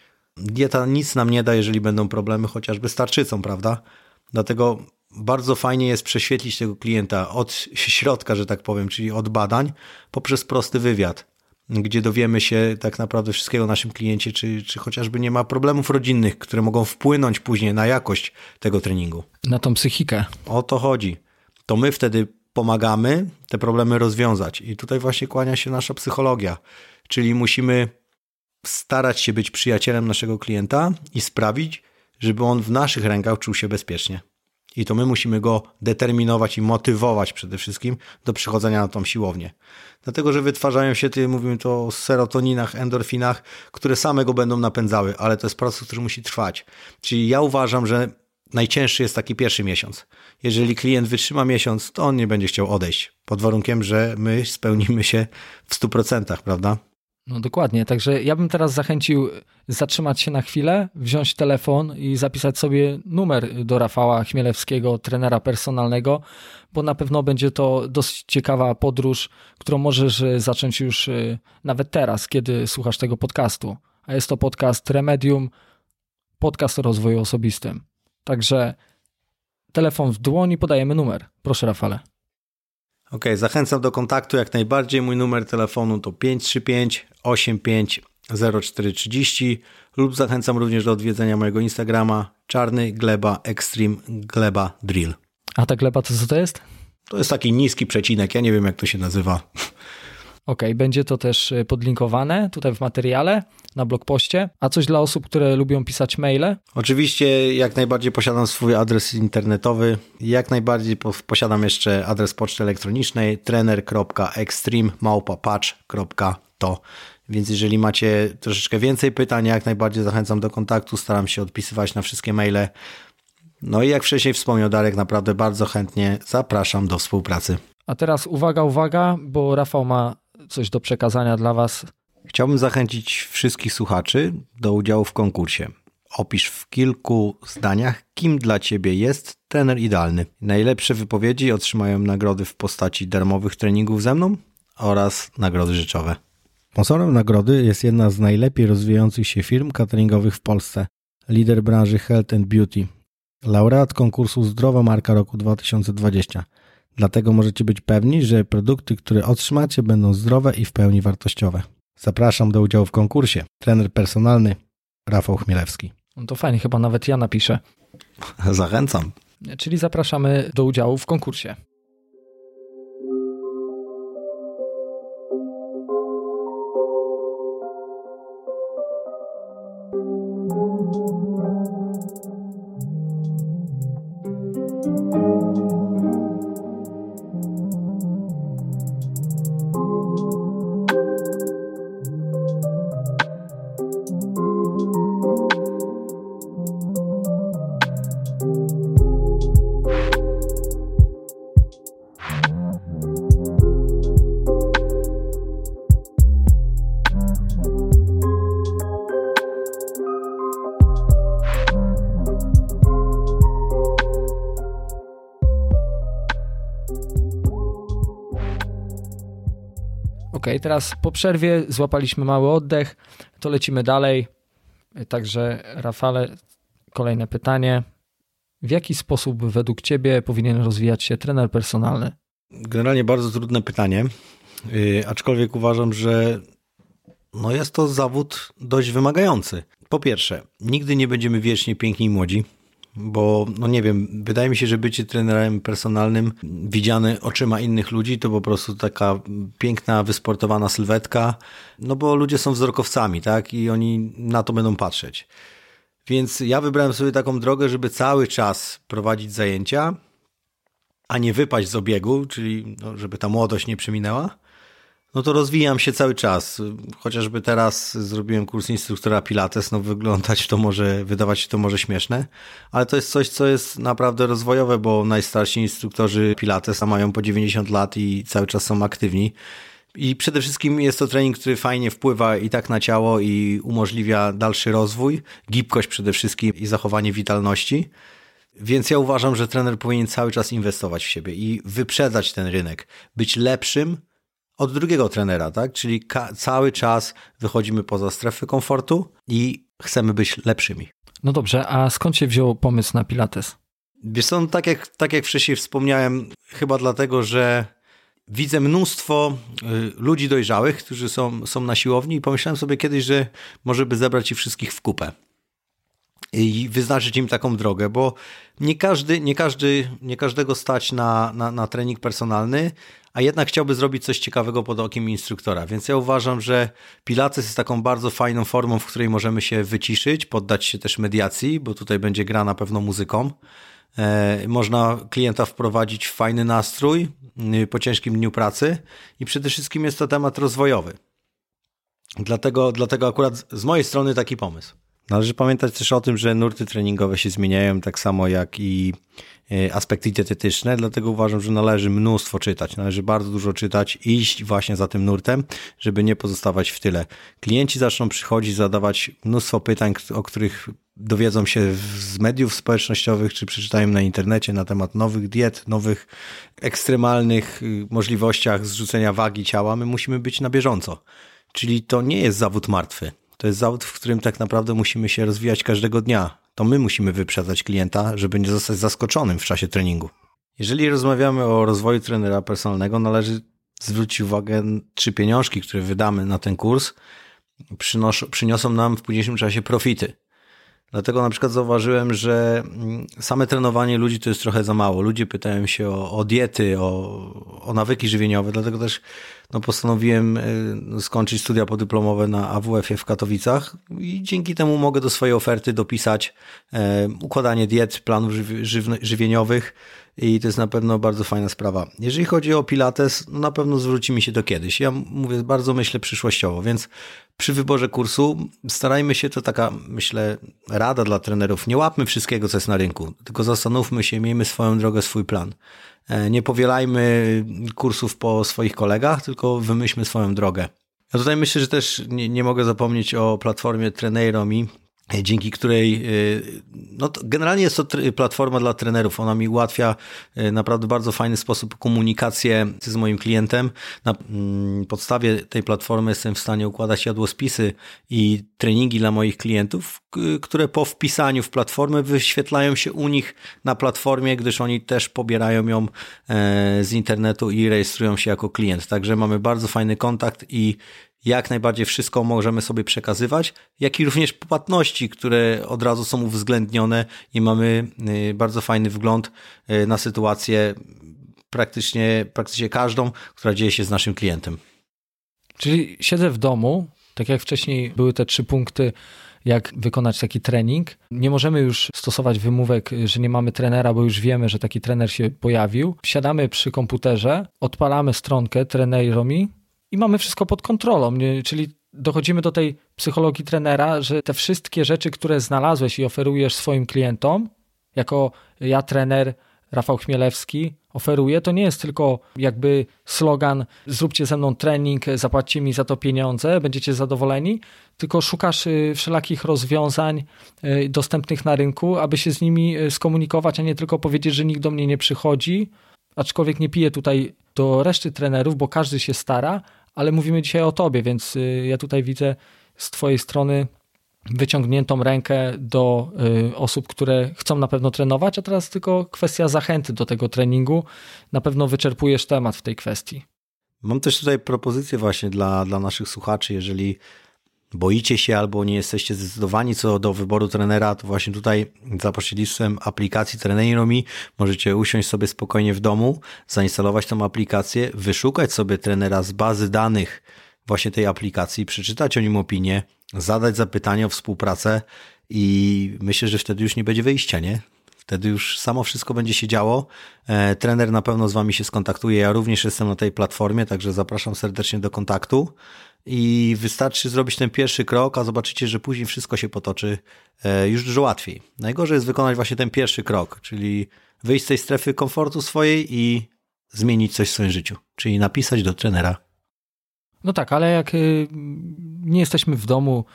Dieta nic nam nie da, jeżeli będą problemy chociażby z tarczycą, prawda? Dlatego bardzo fajnie jest prześwietlić tego klienta od środka, że tak powiem, czyli od badań, poprzez prosty wywiad, gdzie dowiemy się tak naprawdę wszystkiego o naszym kliencie, czy chociażby nie ma problemów rodzinnych, które mogą wpłynąć później na jakość tego treningu. Na tą psychikę. O to chodzi. To my wtedy pomagamy te problemy rozwiązać. I tutaj właśnie kłania się nasza psychologia. Czyli musimy starać się być przyjacielem naszego klienta i sprawić, żeby on w naszych rękach czuł się bezpiecznie. I to my musimy go determinować i motywować przede wszystkim do przychodzenia na tą siłownię. Dlatego, że wytwarzają się, mówimy to o serotoninach, endorfinach, które same go będą napędzały, ale to jest proces, który musi trwać. Czyli ja uważam, że najcięższy jest taki pierwszy miesiąc. Jeżeli klient wytrzyma miesiąc, to on nie będzie chciał odejść, pod warunkiem, że my spełnimy się w 100%, prawda? No dokładnie, także ja bym teraz zachęcił zatrzymać się na chwilę, wziąć telefon i zapisać sobie numer do Rafała Chmielewskiego, trenera personalnego, bo na pewno będzie to dosyć ciekawa podróż, którą możesz zacząć już nawet teraz, kiedy słuchasz tego podcastu. A jest to podcast Remedium, podcast o rozwoju osobistym. Także telefon w dłoni, podajemy numer. Proszę, Rafale. Okej, zachęcam do kontaktu jak najbardziej. Mój numer telefonu to 535 85 0430 lub zachęcam również do odwiedzenia mojego Instagrama Czarny Gleba Extreme Gleba Drill. A ta gleba to co to jest? To jest taki niski przecinek, ja nie wiem jak to się nazywa. Okej, będzie to też podlinkowane tutaj w materiale, na blogpoście. A coś dla osób, które lubią pisać maile? Oczywiście jak najbardziej posiadam swój adres internetowy. Jak najbardziej posiadam jeszcze adres poczty elektronicznej trener.extreme@patch.to. Więc jeżeli macie troszeczkę więcej pytań, jak najbardziej zachęcam do kontaktu. Staram się odpisywać na wszystkie maile. No i jak wcześniej wspomniał Darek, naprawdę bardzo chętnie zapraszam do współpracy. A teraz uwaga, bo Rafał ma coś do przekazania dla Was. Chciałbym zachęcić wszystkich słuchaczy do udziału w konkursie. opisz w kilku zdaniach, kim dla Ciebie jest trener idealny. Najlepsze wypowiedzi otrzymają nagrody w postaci darmowych treningów ze mną oraz nagrody rzeczowe. Sponsorem nagrody jest jedna z najlepiej rozwijających się firm cateringowych w Polsce, lider branży Health and Beauty, laureat konkursu Zdrowa Marka Roku 2020. Dlatego możecie być pewni, że produkty, które otrzymacie, będą zdrowe i w pełni wartościowe. Zapraszam do udziału w konkursie. Trener personalny Rafał Chmielewski. No to fajnie, chyba nawet ja napiszę. Zachęcam. Czyli zapraszamy do udziału w konkursie. Okej, teraz po przerwie złapaliśmy mały oddech, to lecimy dalej. Także Rafale, kolejne pytanie. W jaki sposób według Ciebie powinien rozwijać się trener personalny? Generalnie bardzo trudne pytanie, aczkolwiek uważam, że jest to zawód dość wymagający. Po pierwsze, nigdy nie będziemy wiecznie piękni i młodzi, bo nie wiem, wydaje mi się, że bycie trenerem personalnym widziane oczyma innych ludzi to po prostu taka piękna, wysportowana sylwetka, bo ludzie są wzrokowcami, tak? I oni na to będą patrzeć. Więc ja wybrałem sobie taką drogę, żeby cały czas prowadzić zajęcia, a nie wypaść z obiegu, czyli żeby ta młodość nie przeminęła. To rozwijam się cały czas. Chociażby teraz zrobiłem kurs instruktora Pilates, wydawać się to może śmieszne, ale to jest coś, co jest naprawdę rozwojowe, bo najstarsi instruktorzy Pilatesa mają po 90 lat i cały czas są aktywni. I przede wszystkim jest to trening, który fajnie wpływa i tak na ciało i umożliwia dalszy rozwój, gibkość przede wszystkim i zachowanie witalności. Więc ja uważam, że trener powinien cały czas inwestować w siebie i wyprzedzać ten rynek, być lepszym od drugiego trenera, tak? Czyli cały czas wychodzimy poza strefę komfortu i chcemy być lepszymi. No dobrze, a skąd się wziął pomysł na Pilates? Wiesz co, tak jak wcześniej wspomniałem, chyba dlatego, że widzę mnóstwo ludzi dojrzałych, którzy są na siłowni i pomyślałem sobie kiedyś, że może by zebrać ich wszystkich w kupę i wyznaczyć im taką drogę, bo nie każdego stać na trening personalny, a jednak chciałby zrobić coś ciekawego pod okiem instruktora. Więc ja uważam, że Pilates jest taką bardzo fajną formą, w której możemy się wyciszyć, poddać się też mediacji, bo tutaj będzie gra na pewno muzyką. Można klienta wprowadzić w fajny nastrój po ciężkim dniu pracy i przede wszystkim jest to temat rozwojowy. Dlatego akurat z mojej strony taki pomysł. Należy pamiętać też o tym, że nurty treningowe się zmieniają tak samo jak i aspekty dietetyczne, dlatego uważam, że należy mnóstwo czytać, należy bardzo dużo czytać, iść właśnie za tym nurtem, żeby nie pozostawać w tyle. Klienci zaczną przychodzić, zadawać mnóstwo pytań, o których dowiedzą się z mediów społecznościowych, czy przeczytają na internecie na temat nowych diet, nowych ekstremalnych możliwościach zrzucenia wagi ciała. My musimy być na bieżąco, czyli to nie jest zawód martwy. To jest zawód, w którym tak naprawdę musimy się rozwijać każdego dnia. To my musimy wyprzedzać klienta, żeby nie zostać zaskoczonym w czasie treningu. Jeżeli rozmawiamy o rozwoju trenera personalnego, należy zwrócić uwagę, czy pieniążki, które wydamy na ten kurs, przyniosą nam w późniejszym czasie profity. Dlatego na przykład zauważyłem, że same trenowanie ludzi to jest trochę za mało. Ludzie pytają się o diety, o nawyki żywieniowe, dlatego też postanowiłem skończyć studia podyplomowe na AWF-ie w Katowicach i dzięki temu mogę do swojej oferty dopisać układanie diet, planów żywieniowych i to jest na pewno bardzo fajna sprawa. Jeżeli chodzi o Pilates, na pewno zwróci mi się to kiedyś. Ja mówię, bardzo myślę przyszłościowo, więc przy wyborze kursu starajmy się, to taka, myślę, rada dla trenerów, nie łapmy wszystkiego, co jest na rynku, tylko zastanówmy się, miejmy swoją drogę, swój plan. Nie powielajmy kursów po swoich kolegach, tylko wymyślmy swoją drogę. Ja tutaj myślę, że też nie mogę zapomnieć o platformie Traineromi, dzięki której no to generalnie jest to platforma dla trenerów. Ona mi ułatwia naprawdę bardzo fajny sposób komunikację z moim klientem. Na podstawie tej platformy jestem w stanie układać jadłospisy i treningi dla moich klientów, które po wpisaniu w platformę wyświetlają się u nich na platformie, gdyż oni też pobierają ją z internetu i rejestrują się jako klient. Także mamy bardzo fajny kontakt i jak najbardziej wszystko możemy sobie przekazywać, jak i również płatności, które od razu są uwzględnione i mamy bardzo fajny wgląd na sytuację praktycznie każdą, która dzieje się z naszym klientem. Czyli siedzę w domu, tak jak wcześniej były te 3 punkty, jak wykonać taki trening. Nie możemy już stosować wymówek, że nie mamy trenera, bo już wiemy, że taki trener się pojawił. Siadamy przy komputerze, odpalamy stronkę Traineromi i mamy wszystko pod kontrolą, czyli dochodzimy do tej psychologii trenera, że te wszystkie rzeczy, które znalazłeś i oferujesz swoim klientom, jako ja trener Rafał Chmielewski oferuję, to nie jest tylko jakby slogan zróbcie ze mną trening, zapłaćcie mi za to pieniądze, będziecie zadowoleni, tylko szukasz wszelakich rozwiązań dostępnych na rynku, aby się z nimi skomunikować, a nie tylko powiedzieć, że nikt do mnie nie przychodzi, aczkolwiek nie piję tutaj do reszty trenerów, bo każdy się stara, ale mówimy dzisiaj o tobie, więc ja tutaj widzę z twojej strony wyciągniętą rękę do osób, które chcą na pewno trenować, a teraz tylko kwestia zachęty do tego treningu. Na pewno wyczerpujesz temat w tej kwestii. Mam też tutaj propozycję właśnie dla naszych słuchaczy, jeżeli boicie się albo nie jesteście zdecydowani co do wyboru trenera, to właśnie tutaj za pośrednictwem aplikacji Traineromi możecie usiąść sobie spokojnie w domu, zainstalować tą aplikację, wyszukać sobie trenera z bazy danych właśnie tej aplikacji, przeczytać o nim opinię, zadać zapytanie o współpracę i myślę, że wtedy już nie będzie wyjścia, nie? Wtedy już samo wszystko będzie się działo. Trener na pewno z wami się skontaktuje. Ja również jestem na tej platformie, także zapraszam serdecznie do kontaktu i wystarczy zrobić ten pierwszy krok, a zobaczycie, że później wszystko się potoczy już dużo łatwiej. Najgorzej jest wykonać właśnie ten pierwszy krok, czyli wyjść z tej strefy komfortu swojej i zmienić coś w swoim życiu, czyli napisać do trenera. No tak, ale jak nie jesteśmy w domu,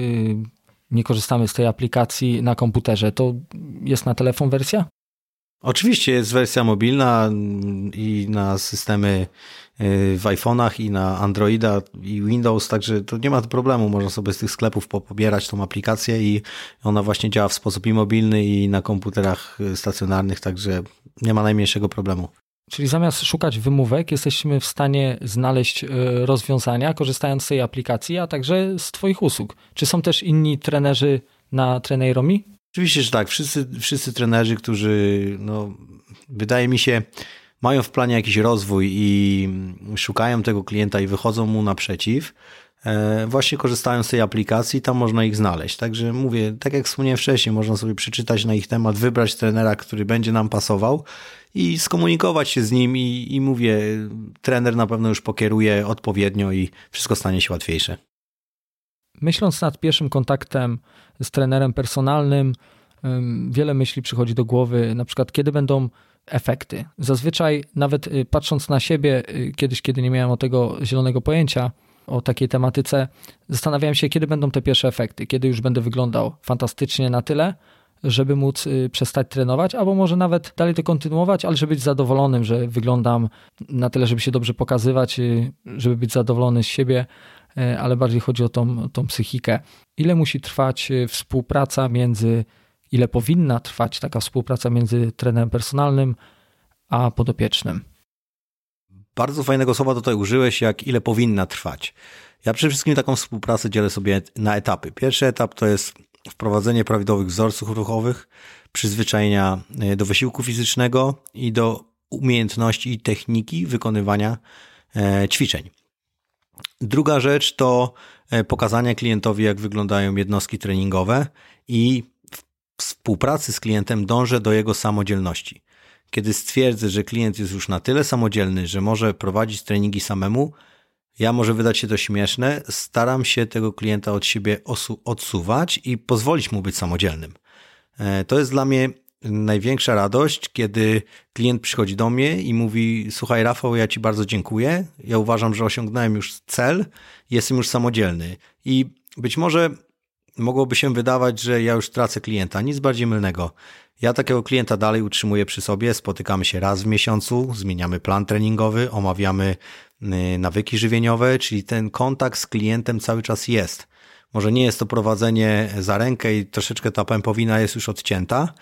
nie korzystamy z tej aplikacji na komputerze, to jest na telefon wersja? Oczywiście jest wersja mobilna i na systemy w iPhone'ach i na Androida i Windows, także to nie ma problemu, można sobie z tych sklepów pobierać tą aplikację i ona właśnie działa w sposób i mobilny i na komputerach stacjonarnych, także nie ma najmniejszego problemu. Czyli zamiast szukać wymówek, jesteśmy w stanie znaleźć rozwiązania, korzystając z tej aplikacji, a także z twoich usług. Czy są też inni trenerzy na Traineromi? Oczywiście, że tak. Wszyscy trenerzy, którzy wydaje mi się mają w planie jakiś rozwój i szukają tego klienta i wychodzą mu naprzeciw, właśnie korzystają z tej aplikacji, tam można ich znaleźć. Także mówię, tak jak wspomniałem wcześniej, można sobie przeczytać na ich temat, wybrać trenera, który będzie nam pasował i skomunikować się z nim i mówię, trener na pewno już pokieruje odpowiednio i wszystko stanie się łatwiejsze. Myśląc nad pierwszym kontaktem z trenerem personalnym, wiele myśli przychodzi do głowy, na przykład kiedy będą efekty. Zazwyczaj nawet patrząc na siebie, kiedyś, kiedy nie miałem o tego zielonego pojęcia, o takiej tematyce, zastanawiałem się, kiedy będą te pierwsze efekty, kiedy już będę wyglądał fantastycznie na tyle, żeby móc przestać trenować, albo może nawet dalej to kontynuować, ale żeby być zadowolonym, że wyglądam na tyle, żeby się dobrze pokazywać, żeby być zadowolony z siebie, ale bardziej chodzi o tą psychikę. Ile musi trwać współpraca ile powinna trwać taka współpraca między trenerem personalnym a podopiecznym? Bardzo fajnego słowa tutaj użyłeś, jak ile powinna trwać. Ja przede wszystkim taką współpracę dzielę sobie na etapy. Pierwszy etap to jest wprowadzenie prawidłowych wzorców ruchowych, przyzwyczajenia do wysiłku fizycznego i do umiejętności i techniki wykonywania ćwiczeń. Druga rzecz to pokazanie klientowi, jak wyglądają jednostki treningowe i w współpracy z klientem dążę do jego samodzielności. Kiedy stwierdzę, że klient jest już na tyle samodzielny, że może prowadzić treningi samemu, ja może wydać się to śmieszne, staram się tego klienta od siebie odsuwać i pozwolić mu być samodzielnym. To jest dla mnie największa radość, kiedy klient przychodzi do mnie i mówi: słuchaj Rafał, ja ci bardzo dziękuję, ja uważam, że osiągnąłem już cel, jestem już samodzielny. I być może mogłoby się wydawać, że ja już tracę klienta. Nic bardziej mylnego. Ja takiego klienta dalej utrzymuję przy sobie, spotykamy się raz w miesiącu, zmieniamy plan treningowy, omawiamy nawyki żywieniowe, czyli ten kontakt z klientem cały czas jest. Może nie jest to prowadzenie za rękę i troszeczkę ta pępowina jest już odcięta,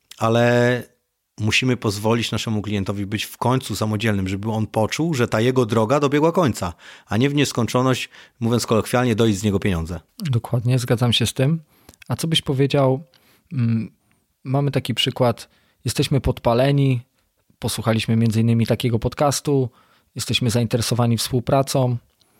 ale musimy pozwolić naszemu klientowi być w końcu samodzielnym, żeby on poczuł, że ta jego droga dobiegła końca, a nie w nieskończoność, mówiąc kolokwialnie, dojść z niego pieniądze. Dokładnie, zgadzam się z tym. A co byś powiedział, mamy taki przykład, jesteśmy podpaleni, posłuchaliśmy m.in. takiego podcastu, jesteśmy zainteresowani współpracą,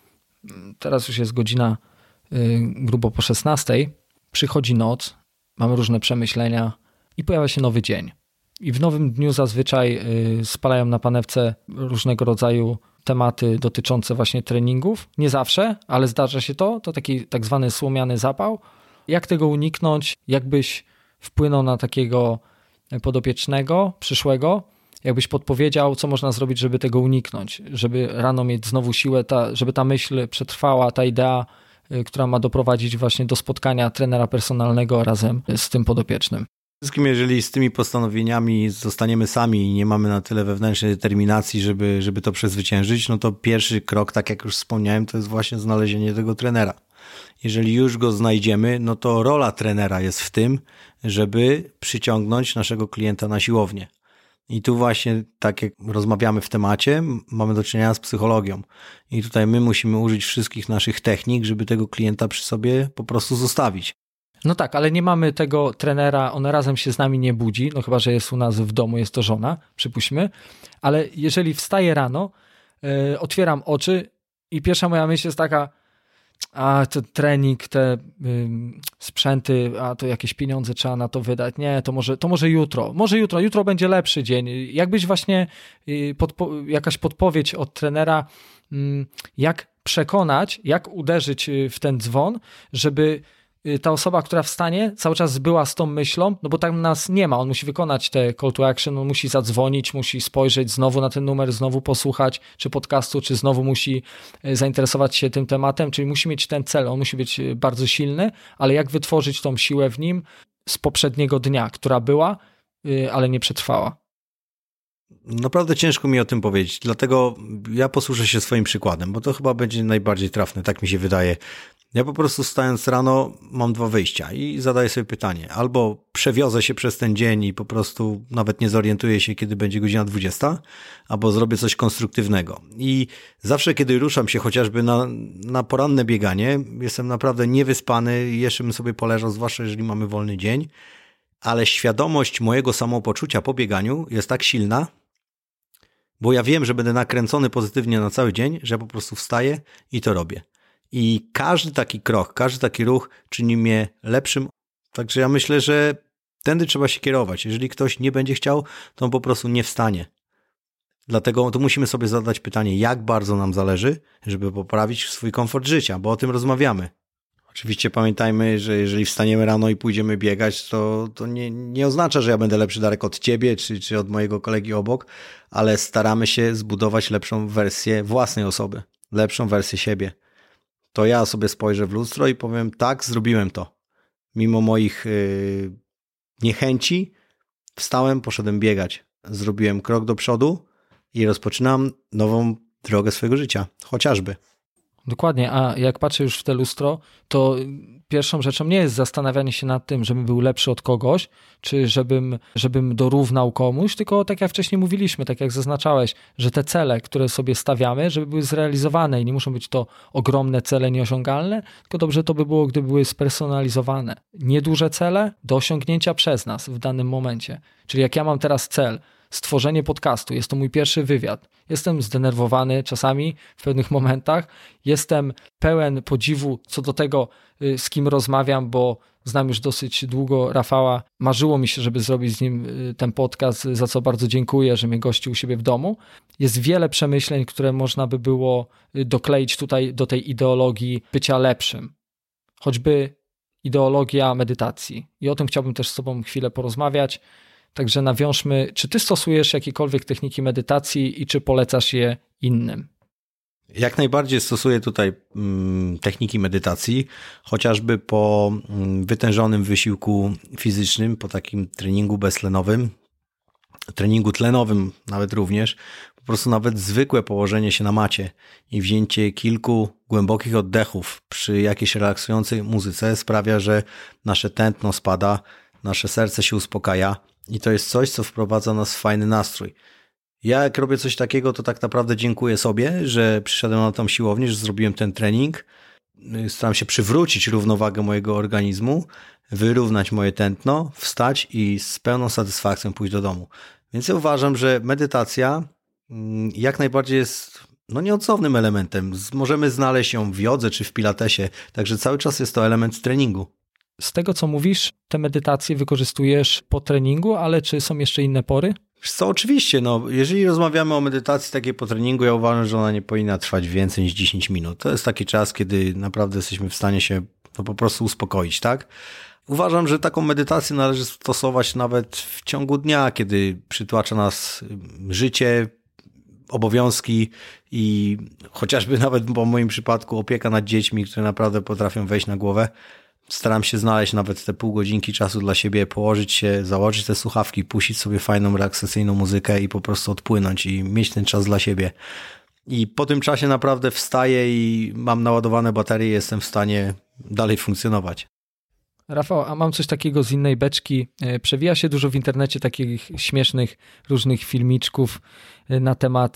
teraz już jest godzina grubo po 16:00, przychodzi noc, mamy różne przemyślenia i pojawia się nowy dzień. I w nowym dniu zazwyczaj spalają na panewce różnego rodzaju tematy dotyczące właśnie treningów. Nie zawsze, ale zdarza się to taki tak zwany słomiany zapał. Jak tego uniknąć? Jakbyś wpłynął na takiego podopiecznego, przyszłego? Jakbyś podpowiedział, co można zrobić, żeby tego uniknąć? Żeby rano mieć znowu siłę, żeby ta myśl przetrwała, ta idea, która ma doprowadzić właśnie do spotkania trenera personalnego razem z tym podopiecznym. Przede wszystkim, jeżeli z tymi postanowieniami zostaniemy sami i nie mamy na tyle wewnętrznej determinacji, żeby to przezwyciężyć, no to pierwszy krok, tak jak już wspomniałem, to jest właśnie znalezienie tego trenera. Jeżeli już go znajdziemy, no to rola trenera jest w tym, żeby przyciągnąć naszego klienta na siłownię. I tu właśnie, tak jak rozmawiamy w temacie, mamy do czynienia z psychologią. I tutaj my musimy użyć wszystkich naszych technik, żeby tego klienta przy sobie po prostu zostawić. No tak, ale nie mamy tego trenera, on razem się z nami nie budzi, no chyba, że jest u nas w domu, jest to żona, przypuśćmy, ale jeżeli wstaję rano, otwieram oczy i pierwsza moja myśl jest taka, a to trening, te sprzęty, a to jakieś pieniądze trzeba na to wydać, nie, to może jutro będzie lepszy dzień. Jakbyś właśnie jakaś podpowiedź od trenera, jak przekonać, jak uderzyć w ten dzwon, żeby ta osoba, która wstanie, cały czas była z tą myślą, no bo tak nas nie ma, on musi wykonać te call to action, on musi zadzwonić, musi spojrzeć znowu na ten numer, znowu posłuchać czy podcastu, czy znowu musi zainteresować się tym tematem, czyli musi mieć ten cel, on musi być bardzo silny, ale jak wytworzyć tą siłę w nim z poprzedniego dnia, która była, ale nie przetrwała. Naprawdę ciężko mi o tym powiedzieć, dlatego ja posłużę się swoim przykładem, bo to chyba będzie najbardziej trafne, tak mi się wydaje. Ja po prostu wstając rano mam dwa wyjścia i zadaję sobie pytanie. Albo przewiozę się przez ten dzień i po prostu nawet nie zorientuję się, kiedy będzie godzina 20, albo zrobię coś konstruktywnego. I zawsze, kiedy ruszam się chociażby na poranne bieganie, jestem naprawdę niewyspany, jeszcze bym sobie poleżał, zwłaszcza jeżeli mamy wolny dzień, ale świadomość mojego samopoczucia po bieganiu jest tak silna, bo ja wiem, że będę nakręcony pozytywnie na cały dzień, że ja po prostu wstaję i to robię. I każdy taki krok, każdy taki ruch czyni mnie lepszym. Także ja myślę, że tędy trzeba się kierować. Jeżeli ktoś nie będzie chciał, to on po prostu nie wstanie. Dlatego tu musimy sobie zadać pytanie, jak bardzo nam zależy, żeby poprawić swój komfort życia, bo o tym rozmawiamy. Oczywiście pamiętajmy, że jeżeli wstaniemy rano i pójdziemy biegać, to nie oznacza, że ja będę lepszy, Darek, od ciebie czy od mojego kolegi obok, ale staramy się zbudować lepszą wersję własnej osoby, lepszą wersję siebie. To ja sobie spojrzę w lustro i powiem, tak, zrobiłem to. Mimo moich niechęci wstałem, poszedłem biegać. Zrobiłem krok do przodu i rozpoczynam nową drogę swojego życia, chociażby. Dokładnie, a jak patrzę już w te lustro, to pierwszą rzeczą nie jest zastanawianie się nad tym, żebym był lepszy od kogoś, czy żebym dorównał komuś, tylko tak jak wcześniej mówiliśmy, tak jak zaznaczałeś, że te cele, które sobie stawiamy, żeby były zrealizowane i nie muszą być to ogromne cele nieosiągalne, tylko dobrze to by było, gdyby były spersonalizowane. Nieduże cele do osiągnięcia przez nas w danym momencie. Czyli jak ja mam teraz cel, stworzenie podcastu, jest to mój pierwszy wywiad. Jestem zdenerwowany czasami w pewnych momentach, jestem pełen podziwu co do tego, z kim rozmawiam, bo znam już dosyć długo Rafała. Marzyło mi się, żeby zrobić z nim ten podcast, za co bardzo dziękuję, że mnie gościł u siebie w domu. Jest wiele przemyśleń, które można by było dokleić tutaj do tej ideologii bycia lepszym. Choćby ideologia medytacji. I o tym chciałbym też z tobą chwilę porozmawiać. Także nawiążmy, czy ty stosujesz jakiekolwiek techniki medytacji i czy polecasz je innym? Jak najbardziej stosuję tutaj techniki medytacji, chociażby po wytężonym wysiłku fizycznym, po takim treningu beztlenowym, treningu tlenowym nawet również, po prostu nawet zwykłe położenie się na macie i wzięcie kilku głębokich oddechów przy jakiejś relaksującej muzyce sprawia, że nasze tętno spada, nasze serce się uspokaja i to jest coś, co wprowadza nas w fajny nastrój. Ja jak robię coś takiego, to tak naprawdę dziękuję sobie, że przyszedłem na tą siłownię, że zrobiłem ten trening. Staram się przywrócić równowagę mojego organizmu, wyrównać moje tętno, wstać i z pełną satysfakcją pójść do domu. Więc ja uważam, że medytacja jak najbardziej jest nieodzownym elementem. Możemy znaleźć ją w jodze czy w pilatesie, także cały czas jest to element treningu. Z tego, co mówisz, te medytacje wykorzystujesz po treningu, ale czy są jeszcze inne pory? Wiesz co, oczywiście, jeżeli rozmawiamy o medytacji takiej po treningu, ja uważam, że ona nie powinna trwać więcej niż 10 minut. To jest taki czas, kiedy naprawdę jesteśmy w stanie się po prostu uspokoić, tak? Uważam, że taką medytację należy stosować nawet w ciągu dnia, kiedy przytłacza nas życie, obowiązki i chociażby nawet w moim przypadku opieka nad dziećmi, które naprawdę potrafią wejść na głowę. Staram się znaleźć nawet te pół godzinki czasu dla siebie, położyć się, założyć te słuchawki, puścić sobie fajną, relaksacyjną muzykę i po prostu odpłynąć i mieć ten czas dla siebie. I po tym czasie naprawdę wstaję i mam naładowane baterie i jestem w stanie dalej funkcjonować. Rafał, a mam coś takiego z innej beczki. Przewija się dużo w internecie takich śmiesznych różnych filmiczków na temat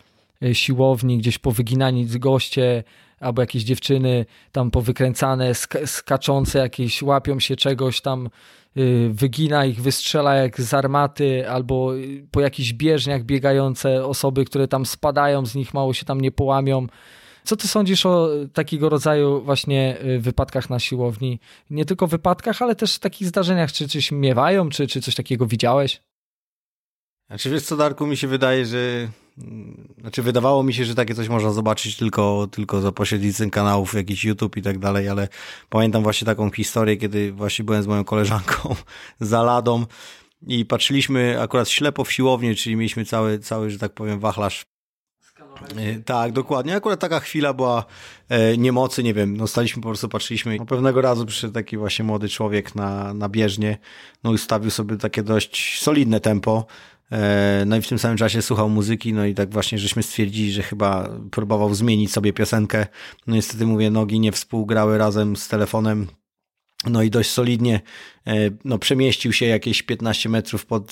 siłowni, gdzieś powyginani goście albo jakieś dziewczyny tam powykręcane, skaczące jakieś, łapią się czegoś tam, wygina ich, wystrzela jak z armaty, albo po jakichś bieżniach biegające osoby, które tam spadają z nich, mało się tam nie połamią. Co ty sądzisz o takiego rodzaju właśnie wypadkach na siłowni? Nie tylko wypadkach, ale też takich zdarzeniach, czy coś miewają, czy coś takiego widziałeś? Znaczy wiesz co, Darku, mi się wydaje, że wydawało mi się, że takie coś można zobaczyć tylko za pośrednictwem kanałów, jakiś YouTube i tak dalej, ale pamiętam właśnie taką historię, kiedy właśnie byłem z moją koleżanką za ladą i patrzyliśmy akurat ślepo w siłownię, czyli mieliśmy cały, że tak powiem, wachlarz. Tak, dokładnie. Akurat taka chwila była niemocy, nie wiem, staliśmy po prostu, patrzyliśmy. Pewnego razu przyszedł taki właśnie młody człowiek na bieżnię, i ustawił sobie takie dość solidne tempo. No i w tym samym czasie słuchał muzyki, i tak właśnie żeśmy stwierdzili, że chyba próbował zmienić sobie piosenkę. Niestety mówię, nogi nie współgrały razem z telefonem. I dość solidnie przemieścił się jakieś 15 metrów pod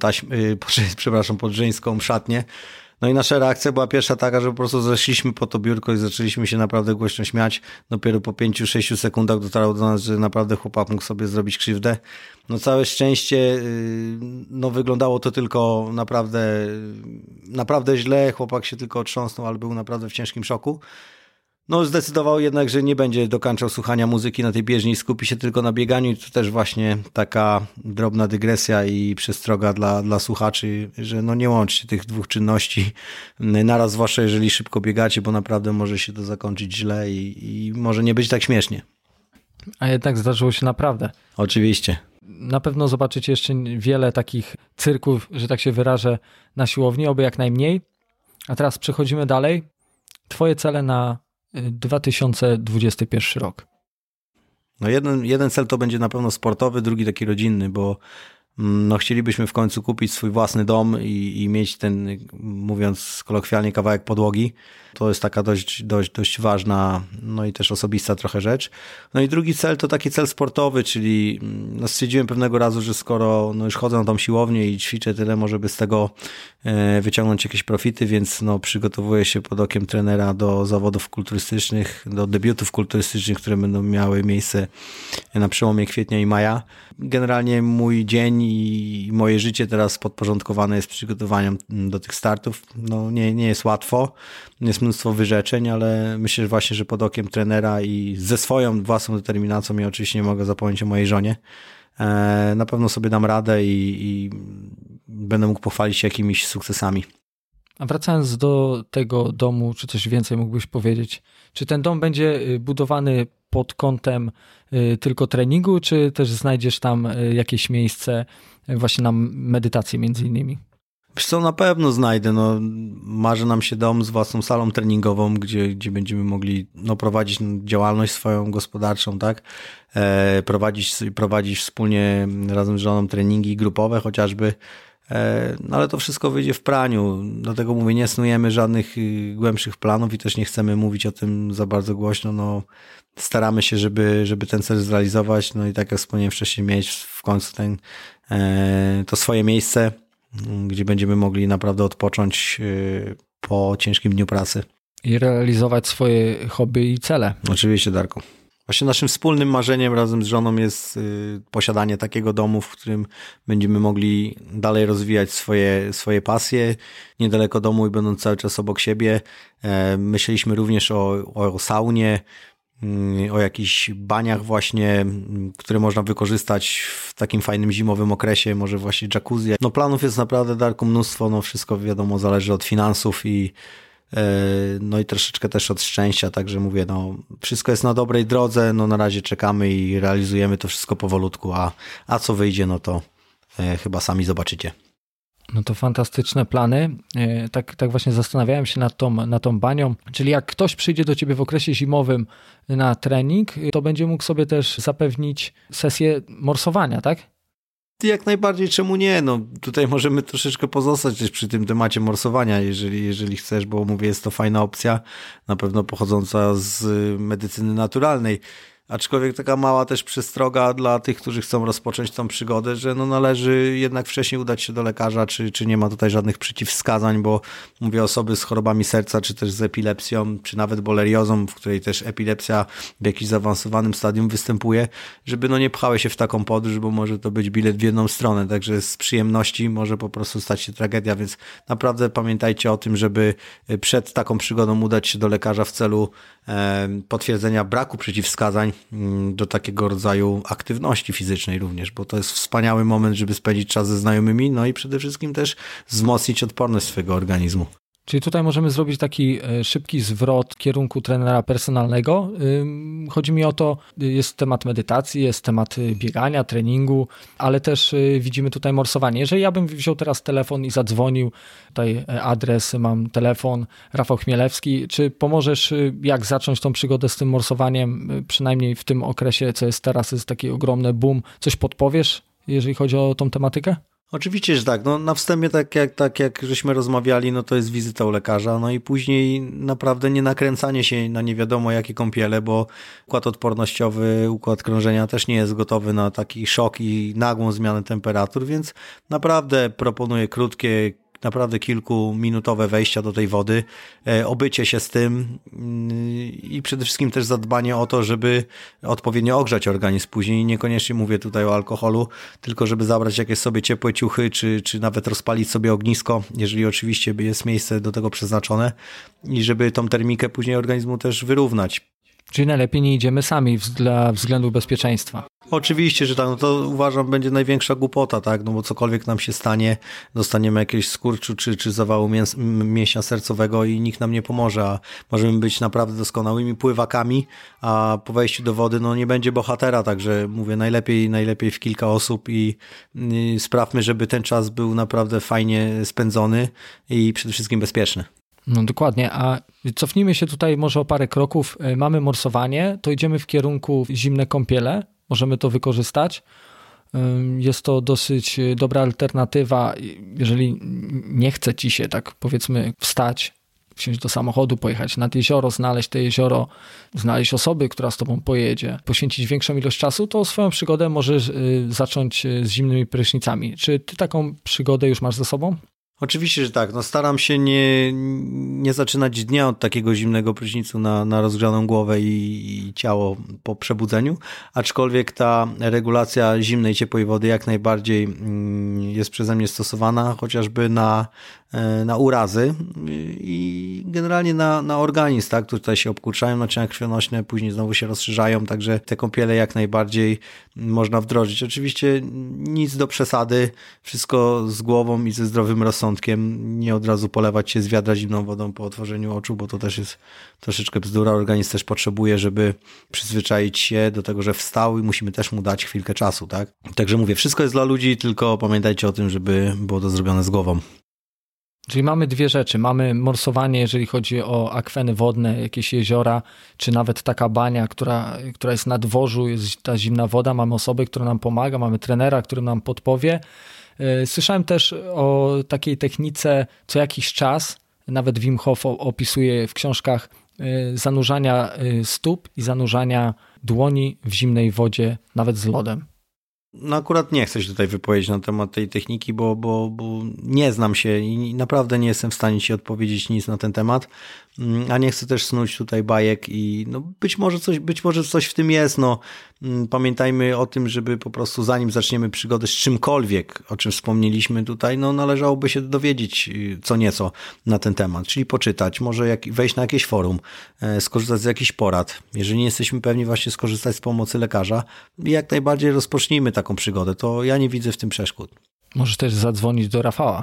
żeńską szatnię. I nasza reakcja była pierwsza taka, że po prostu zeszliśmy po to biurko i zaczęliśmy się naprawdę głośno śmiać. Dopiero po 5-6 sekundach dotarło do nas, że naprawdę chłopak mógł sobie zrobić krzywdę. Całe szczęście, wyglądało to tylko naprawdę źle. Chłopak się tylko otrząsnął, ale był naprawdę w ciężkim szoku. Zdecydował jednak, że nie będzie dokończał słuchania muzyki na tej bieżni i skupi się tylko na bieganiu. I to też właśnie taka drobna dygresja i przestroga dla słuchaczy, że nie łączcie tych dwóch czynności naraz, zwłaszcza jeżeli szybko biegacie, bo naprawdę może się to zakończyć źle i może nie być tak śmiesznie. A jednak zdarzyło się naprawdę. Oczywiście. Na pewno zobaczycie jeszcze wiele takich cyrków, że tak się wyrażę, na siłowni, oby jak najmniej. A teraz przechodzimy dalej. Twoje cele na 2021 rok. Jeden cel to będzie na pewno sportowy, drugi taki rodzinny, bo chcielibyśmy w końcu kupić swój własny dom i mieć ten, mówiąc kolokwialnie, kawałek podłogi. To jest taka dość ważna, i też osobista trochę rzecz. I drugi cel to taki cel sportowy, czyli stwierdziłem pewnego razu, że skoro już chodzę na tą siłownię i ćwiczę tyle, może by z tego wyciągnąć jakieś profity, więc przygotowuję się pod okiem trenera do zawodów kulturystycznych, do debiutów kulturystycznych, które będą miały miejsce na przełomie kwietnia i maja. Generalnie mój dzień i moje życie teraz podporządkowane jest przygotowaniem do tych startów. Nie jest łatwo, jest mnóstwo wyrzeczeń, ale myślę właśnie, że pod okiem trenera i ze swoją własną determinacją, ja oczywiście nie mogę zapomnieć o mojej żonie, na pewno sobie dam radę i będę mógł pochwalić się jakimiś sukcesami. A wracając do tego domu, czy coś więcej mógłbyś powiedzieć? Czy ten dom będzie budowany pod kątem tylko treningu, czy też znajdziesz tam jakieś miejsce właśnie na medytację między innymi? Wiesz co, na pewno znajdę. No, marzy nam się dom z własną salą treningową, gdzie będziemy mogli prowadzić działalność swoją gospodarczą, tak? Prowadzić wspólnie razem z żoną treningi grupowe chociażby. No ale to wszystko wyjdzie w praniu, dlatego mówię, nie snujemy żadnych głębszych planów i też nie chcemy mówić o tym za bardzo głośno. No, staramy się, żeby ten cel zrealizować, no i tak jak wspomniałem wcześniej, mieć w końcu to swoje miejsce, gdzie będziemy mogli naprawdę odpocząć po ciężkim dniu pracy. I realizować swoje hobby i cele. Oczywiście, Darku. Właśnie naszym wspólnym marzeniem razem z żoną jest posiadanie takiego domu, w którym będziemy mogli dalej rozwijać swoje pasje, niedaleko domu i będąc cały czas obok siebie. Myśleliśmy również o saunie, o jakichś baniach właśnie, które można wykorzystać w takim fajnym zimowym okresie, może właśnie jacuzzi. No planów jest naprawdę, Darku, mnóstwo, no wszystko wiadomo zależy od finansów i troszeczkę też od szczęścia, także mówię, no wszystko jest na dobrej drodze, no na razie czekamy i realizujemy to wszystko powolutku, a co wyjdzie, no to chyba sami zobaczycie. No to fantastyczne plany. Tak właśnie zastanawiałem się nad tą banią. Czyli jak ktoś przyjdzie do ciebie w okresie zimowym na trening, to będzie mógł sobie też zapewnić sesję morsowania, tak? Jak najbardziej, czemu nie? No tutaj możemy troszeczkę pozostać też przy tym temacie morsowania, jeżeli chcesz, bo mówię, jest to fajna opcja, na pewno pochodząca z medycyny naturalnej. Aczkolwiek taka mała też przestroga dla tych, którzy chcą rozpocząć tą przygodę, że no należy jednak wcześniej udać się do lekarza, czy nie ma tutaj żadnych przeciwwskazań, bo mówię, osoby z chorobami serca, czy też z epilepsją, czy nawet boleriozą, w której też epilepsja w jakimś zaawansowanym stadium występuje, żeby no nie pchały się w taką podróż, bo może to być bilet w jedną stronę, także z przyjemności może po prostu stać się tragedia, więc naprawdę pamiętajcie o tym, żeby przed taką przygodą udać się do lekarza w celu potwierdzenia braku przeciwwskazań do takiego rodzaju aktywności fizycznej również, bo to jest wspaniały moment, żeby spędzić czas ze znajomymi, no i przede wszystkim też wzmocnić odporność swojego organizmu. Czyli tutaj możemy zrobić taki szybki zwrot w kierunku trenera personalnego. Chodzi mi o to, jest temat medytacji, jest temat biegania, treningu, ale też widzimy tutaj morsowanie. Jeżeli ja bym wziął teraz telefon i zadzwonił, tutaj adres, mam telefon, Rafał Chmielewski, czy pomożesz, jak zacząć tą przygodę z tym morsowaniem, przynajmniej w tym okresie, co jest teraz, jest taki ogromny boom, coś podpowiesz, jeżeli chodzi o tą tematykę? Oczywiście, że tak. No, na wstępie, tak jak żeśmy rozmawiali, no to jest wizyta u lekarza, no i później naprawdę nie nakręcanie się na nie wiadomo jakie kąpiele, bo układ odpornościowy, układ krążenia też nie jest gotowy na taki szok i nagłą zmianę temperatur, więc naprawdę proponuję krótkie, naprawdę kilkuminutowe wejścia do tej wody, obycie się z tym i przede wszystkim też zadbanie o to, żeby odpowiednio ogrzać organizm później. Niekoniecznie mówię tutaj o alkoholu, tylko żeby zabrać jakieś sobie ciepłe ciuchy, czy nawet rozpalić sobie ognisko, jeżeli oczywiście jest miejsce do tego przeznaczone i żeby tą termikę później organizmu też wyrównać. Czyli najlepiej nie idziemy sami dla względu bezpieczeństwa. Oczywiście, że tak, no to uważam będzie największa głupota, tak, no bo cokolwiek nam się stanie, dostaniemy jakiegoś skurczu czy zawału mięśnia sercowego i nikt nam nie pomoże, a możemy być naprawdę doskonałymi pływakami, a po wejściu do wody no nie będzie bohatera, także mówię najlepiej w kilka osób i sprawmy, żeby ten czas był naprawdę fajnie spędzony i przede wszystkim bezpieczny. No dokładnie, a cofnijmy się tutaj może o parę kroków. Mamy morsowanie, to idziemy w kierunku zimne kąpiele, możemy to wykorzystać. Jest to dosyć dobra alternatywa, jeżeli nie chce ci się, tak powiedzmy, wstać, wsiąść do samochodu, pojechać nad jezioro, znaleźć to jezioro, znaleźć osoby, która z tobą pojedzie, poświęcić większą ilość czasu, to swoją przygodę możesz zacząć z zimnymi prysznicami. Czy ty taką przygodę już masz ze sobą? Oczywiście, że tak. No staram się nie zaczynać dnia od takiego zimnego prysznicu na rozgrzaną głowę i ciało po przebudzeniu, aczkolwiek ta regulacja zimnej, ciepłej wody jak najbardziej jest przeze mnie stosowana, chociażby na urazy i generalnie na organizm, tak, które tutaj się obkurczają, naczynia krwionośne, później znowu się rozszerzają, także te kąpiele jak najbardziej można wdrożyć. Oczywiście nic do przesady, wszystko z głową i ze zdrowym rozsądkiem, nie od razu polewać się z wiadra zimną wodą po otworzeniu oczu, bo to też jest troszeczkę bzdura, organizm też potrzebuje, żeby przyzwyczaić się do tego, że wstał i musimy też mu dać chwilkę czasu, tak. Także mówię, wszystko jest dla ludzi, tylko pamiętajcie o tym, żeby było to zrobione z głową. Czyli mamy dwie rzeczy. Mamy morsowanie, jeżeli chodzi o akweny wodne, jakieś jeziora, czy nawet taka bania, która jest na dworzu, jest ta zimna woda. Mamy osobę, która nam pomaga, mamy trenera, który nam podpowie. Słyszałem też o takiej technice co jakiś czas, nawet Wim Hof opisuje w książkach zanurzania stóp i zanurzania dłoni w zimnej wodzie, nawet z lodem. No akurat nie chcę się tutaj wypowiedzieć na temat tej techniki, bo nie znam się i naprawdę nie jestem w stanie ci odpowiedzieć nic na ten temat, a nie chcę też snuć tutaj bajek i no być może coś w tym jest. No, pamiętajmy o tym, żeby po prostu zanim zaczniemy przygodę z czymkolwiek, o czym wspomnieliśmy tutaj, no należałoby się dowiedzieć co nieco na ten temat, czyli poczytać, może wejść na jakieś forum, skorzystać z jakichś porad. Jeżeli nie jesteśmy pewni, właśnie skorzystać z pomocy lekarza i jak najbardziej rozpocznijmy taką przygodę, to ja nie widzę w tym przeszkód. Możesz też zadzwonić do Rafała.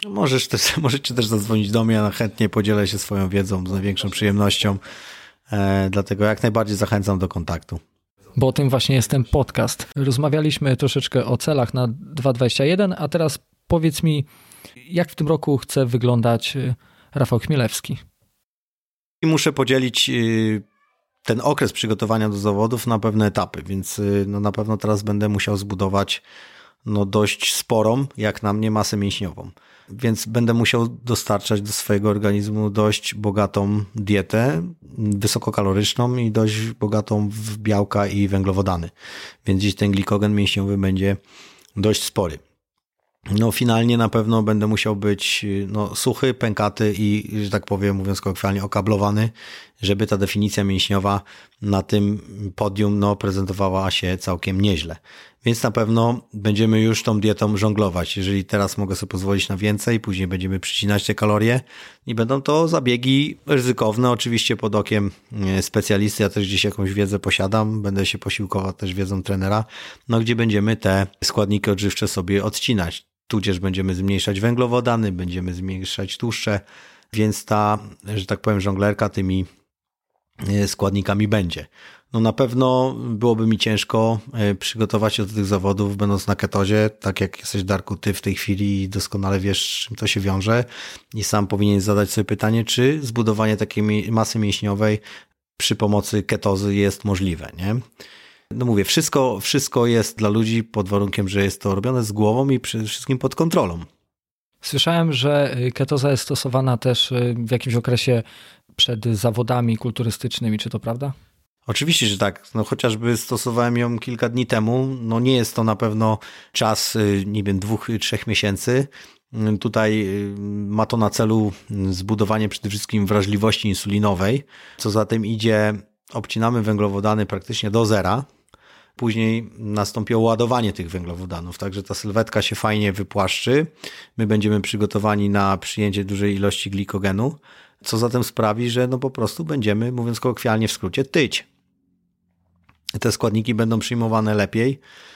Możecie też zadzwonić do mnie, ja chętnie podzielę się swoją wiedzą z największą przyjemnością, dlatego jak najbardziej zachęcam do kontaktu. Bo o tym właśnie jest ten podcast. Rozmawialiśmy troszeczkę o celach na 2021, a teraz powiedz mi, jak w tym roku chce wyglądać Rafał Chmielewski? I muszę podzielić ten okres przygotowania do zawodów na pewne etapy, więc no na pewno teraz będę musiał zbudować dość sporą, jak na mnie, masę mięśniową. Więc będę musiał dostarczać do swojego organizmu dość bogatą dietę, wysokokaloryczną i dość bogatą w białka i węglowodany. Więc gdzieś ten glikogen mięśniowy będzie dość spory. No finalnie na pewno będę musiał być suchy, pękaty i, że tak powiem, mówiąc kolokwialnie, okablowany, żeby ta definicja mięśniowa na tym podium prezentowała się całkiem nieźle. Więc na pewno będziemy już tą dietą żonglować. Jeżeli teraz mogę sobie pozwolić na więcej, później będziemy przycinać te kalorie i będą to zabiegi ryzykowne, oczywiście pod okiem specjalisty. Ja też gdzieś jakąś wiedzę posiadam, będę się posiłkował też wiedzą trenera, gdzie będziemy te składniki odżywcze sobie odcinać. Tudzież będziemy zmniejszać węglowodany, będziemy zmniejszać tłuszcze, więc ta, że tak powiem, żonglerka tymi składnikami będzie. Na pewno byłoby mi ciężko przygotować się do tych zawodów, będąc na ketozie, tak jak jesteś, Darku, ty w tej chwili doskonale wiesz, czym to się wiąże i sam powinien zadać sobie pytanie, czy zbudowanie takiej masy mięśniowej przy pomocy ketozy jest możliwe, nie? Mówię, wszystko jest dla ludzi pod warunkiem, że jest to robione z głową i przede wszystkim pod kontrolą. Słyszałem, że ketoza jest stosowana też w jakimś okresie przed zawodami kulturystycznymi, czy to prawda? Oczywiście, że tak. Chociażby stosowałem ją kilka dni temu. Nie jest to na pewno czas, 2-3 miesięcy. Tutaj ma to na celu zbudowanie przede wszystkim wrażliwości insulinowej. Co za tym idzie, obcinamy węglowodany praktycznie do zera. Później nastąpiło ładowanie tych węglowodanów, także ta sylwetka się fajnie wypłaszczy. My będziemy przygotowani na przyjęcie dużej ilości glikogenu, co zatem sprawi, że po prostu będziemy, mówiąc kolokwialnie w skrócie, tyć. Te składniki będą przyjmowane lepiej.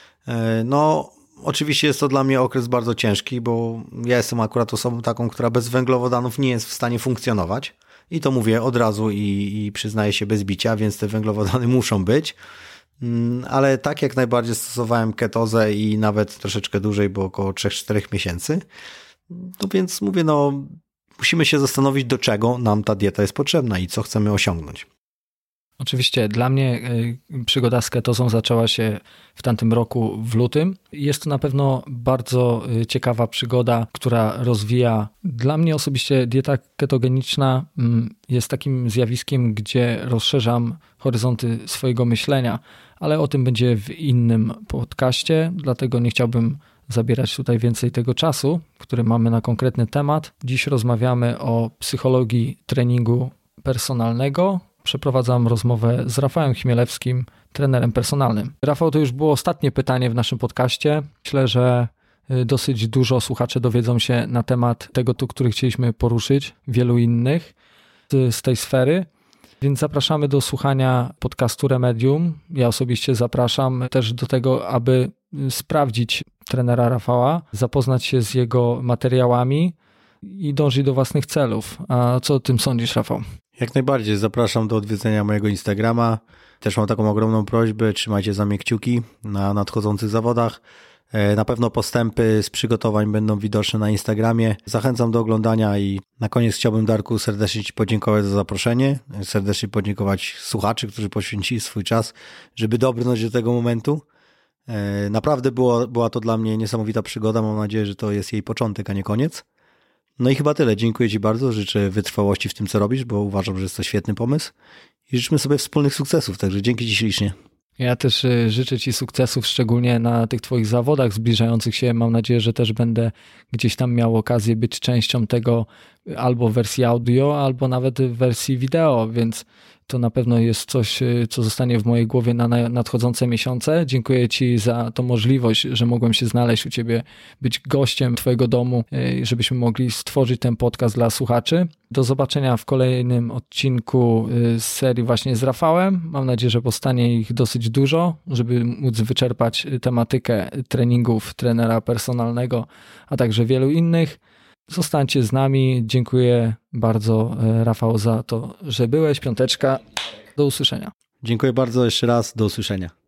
Oczywiście jest to dla mnie okres bardzo ciężki, bo ja jestem akurat osobą taką, która bez węglowodanów nie jest w stanie funkcjonować. I to mówię od razu i przyznaję się bez bicia, więc te węglowodany muszą być. Ale tak jak najbardziej stosowałem ketozę i nawet troszeczkę dłużej, bo około 3-4 miesięcy. Więc mówię, musimy się zastanowić, do czego nam ta dieta jest potrzebna i co chcemy osiągnąć. Oczywiście dla mnie przygoda z ketozą zaczęła się w tamtym roku w lutym. Jest to na pewno bardzo ciekawa przygoda, która rozwija. Dla mnie osobiście dieta ketogeniczna jest takim zjawiskiem, gdzie rozszerzam horyzonty swojego myślenia, ale o tym będzie w innym podcaście, dlatego nie chciałbym zabierać tutaj więcej tego czasu, który mamy na konkretny temat. Dziś rozmawiamy o psychologii treningu personalnego. Przeprowadzam rozmowę z Rafałem Chmielewskim, trenerem personalnym. Rafał, to już było ostatnie pytanie w naszym podcaście. Myślę, że dosyć dużo słuchaczy dowiedzą się na temat tego, który chcieliśmy poruszyć, wielu innych z tej sfery. Więc zapraszamy do słuchania podcastu Remedium. Ja osobiście zapraszam też do tego, aby sprawdzić trenera Rafała, zapoznać się z jego materiałami i dążyć do własnych celów. A co o tym sądzisz, Rafał? Jak najbardziej. Zapraszam do odwiedzenia mojego Instagrama. Też mam taką ogromną prośbę, trzymajcie za mnie kciuki na nadchodzących zawodach. Na pewno postępy z przygotowań będą widoczne na Instagramie. Zachęcam do oglądania i na koniec chciałbym, Darku, serdecznie Ci podziękować za zaproszenie, serdecznie podziękować słuchaczy, którzy poświęcili swój czas, żeby dobrnąć do tego momentu. Naprawdę była to dla mnie niesamowita przygoda. Mam nadzieję, że to jest jej początek, a nie koniec. No i chyba tyle. Dziękuję Ci bardzo. Życzę wytrwałości w tym, co robisz, bo uważam, że jest to świetny pomysł. I życzmy sobie wspólnych sukcesów. Także dzięki Ci ślicznie. Ja też życzę Ci sukcesów, szczególnie na tych Twoich zawodach zbliżających się. Mam nadzieję, że też będę gdzieś tam miał okazję być częścią tego albo w wersji audio, albo nawet w wersji wideo, więc to na pewno jest coś, co zostanie w mojej głowie na nadchodzące miesiące. Dziękuję Ci za tą możliwość, że mogłem się znaleźć u Ciebie, być gościem Twojego domu, żebyśmy mogli stworzyć ten podcast dla słuchaczy. Do zobaczenia w kolejnym odcinku z serii właśnie z Rafałem. Mam nadzieję, że powstanie ich dosyć dużo, żeby móc wyczerpać tematykę treningów trenera personalnego, a także wielu innych. Zostańcie z nami. Dziękuję bardzo, Rafał, za to, że byłeś. 5. Do usłyszenia. Dziękuję bardzo jeszcze raz. Do usłyszenia.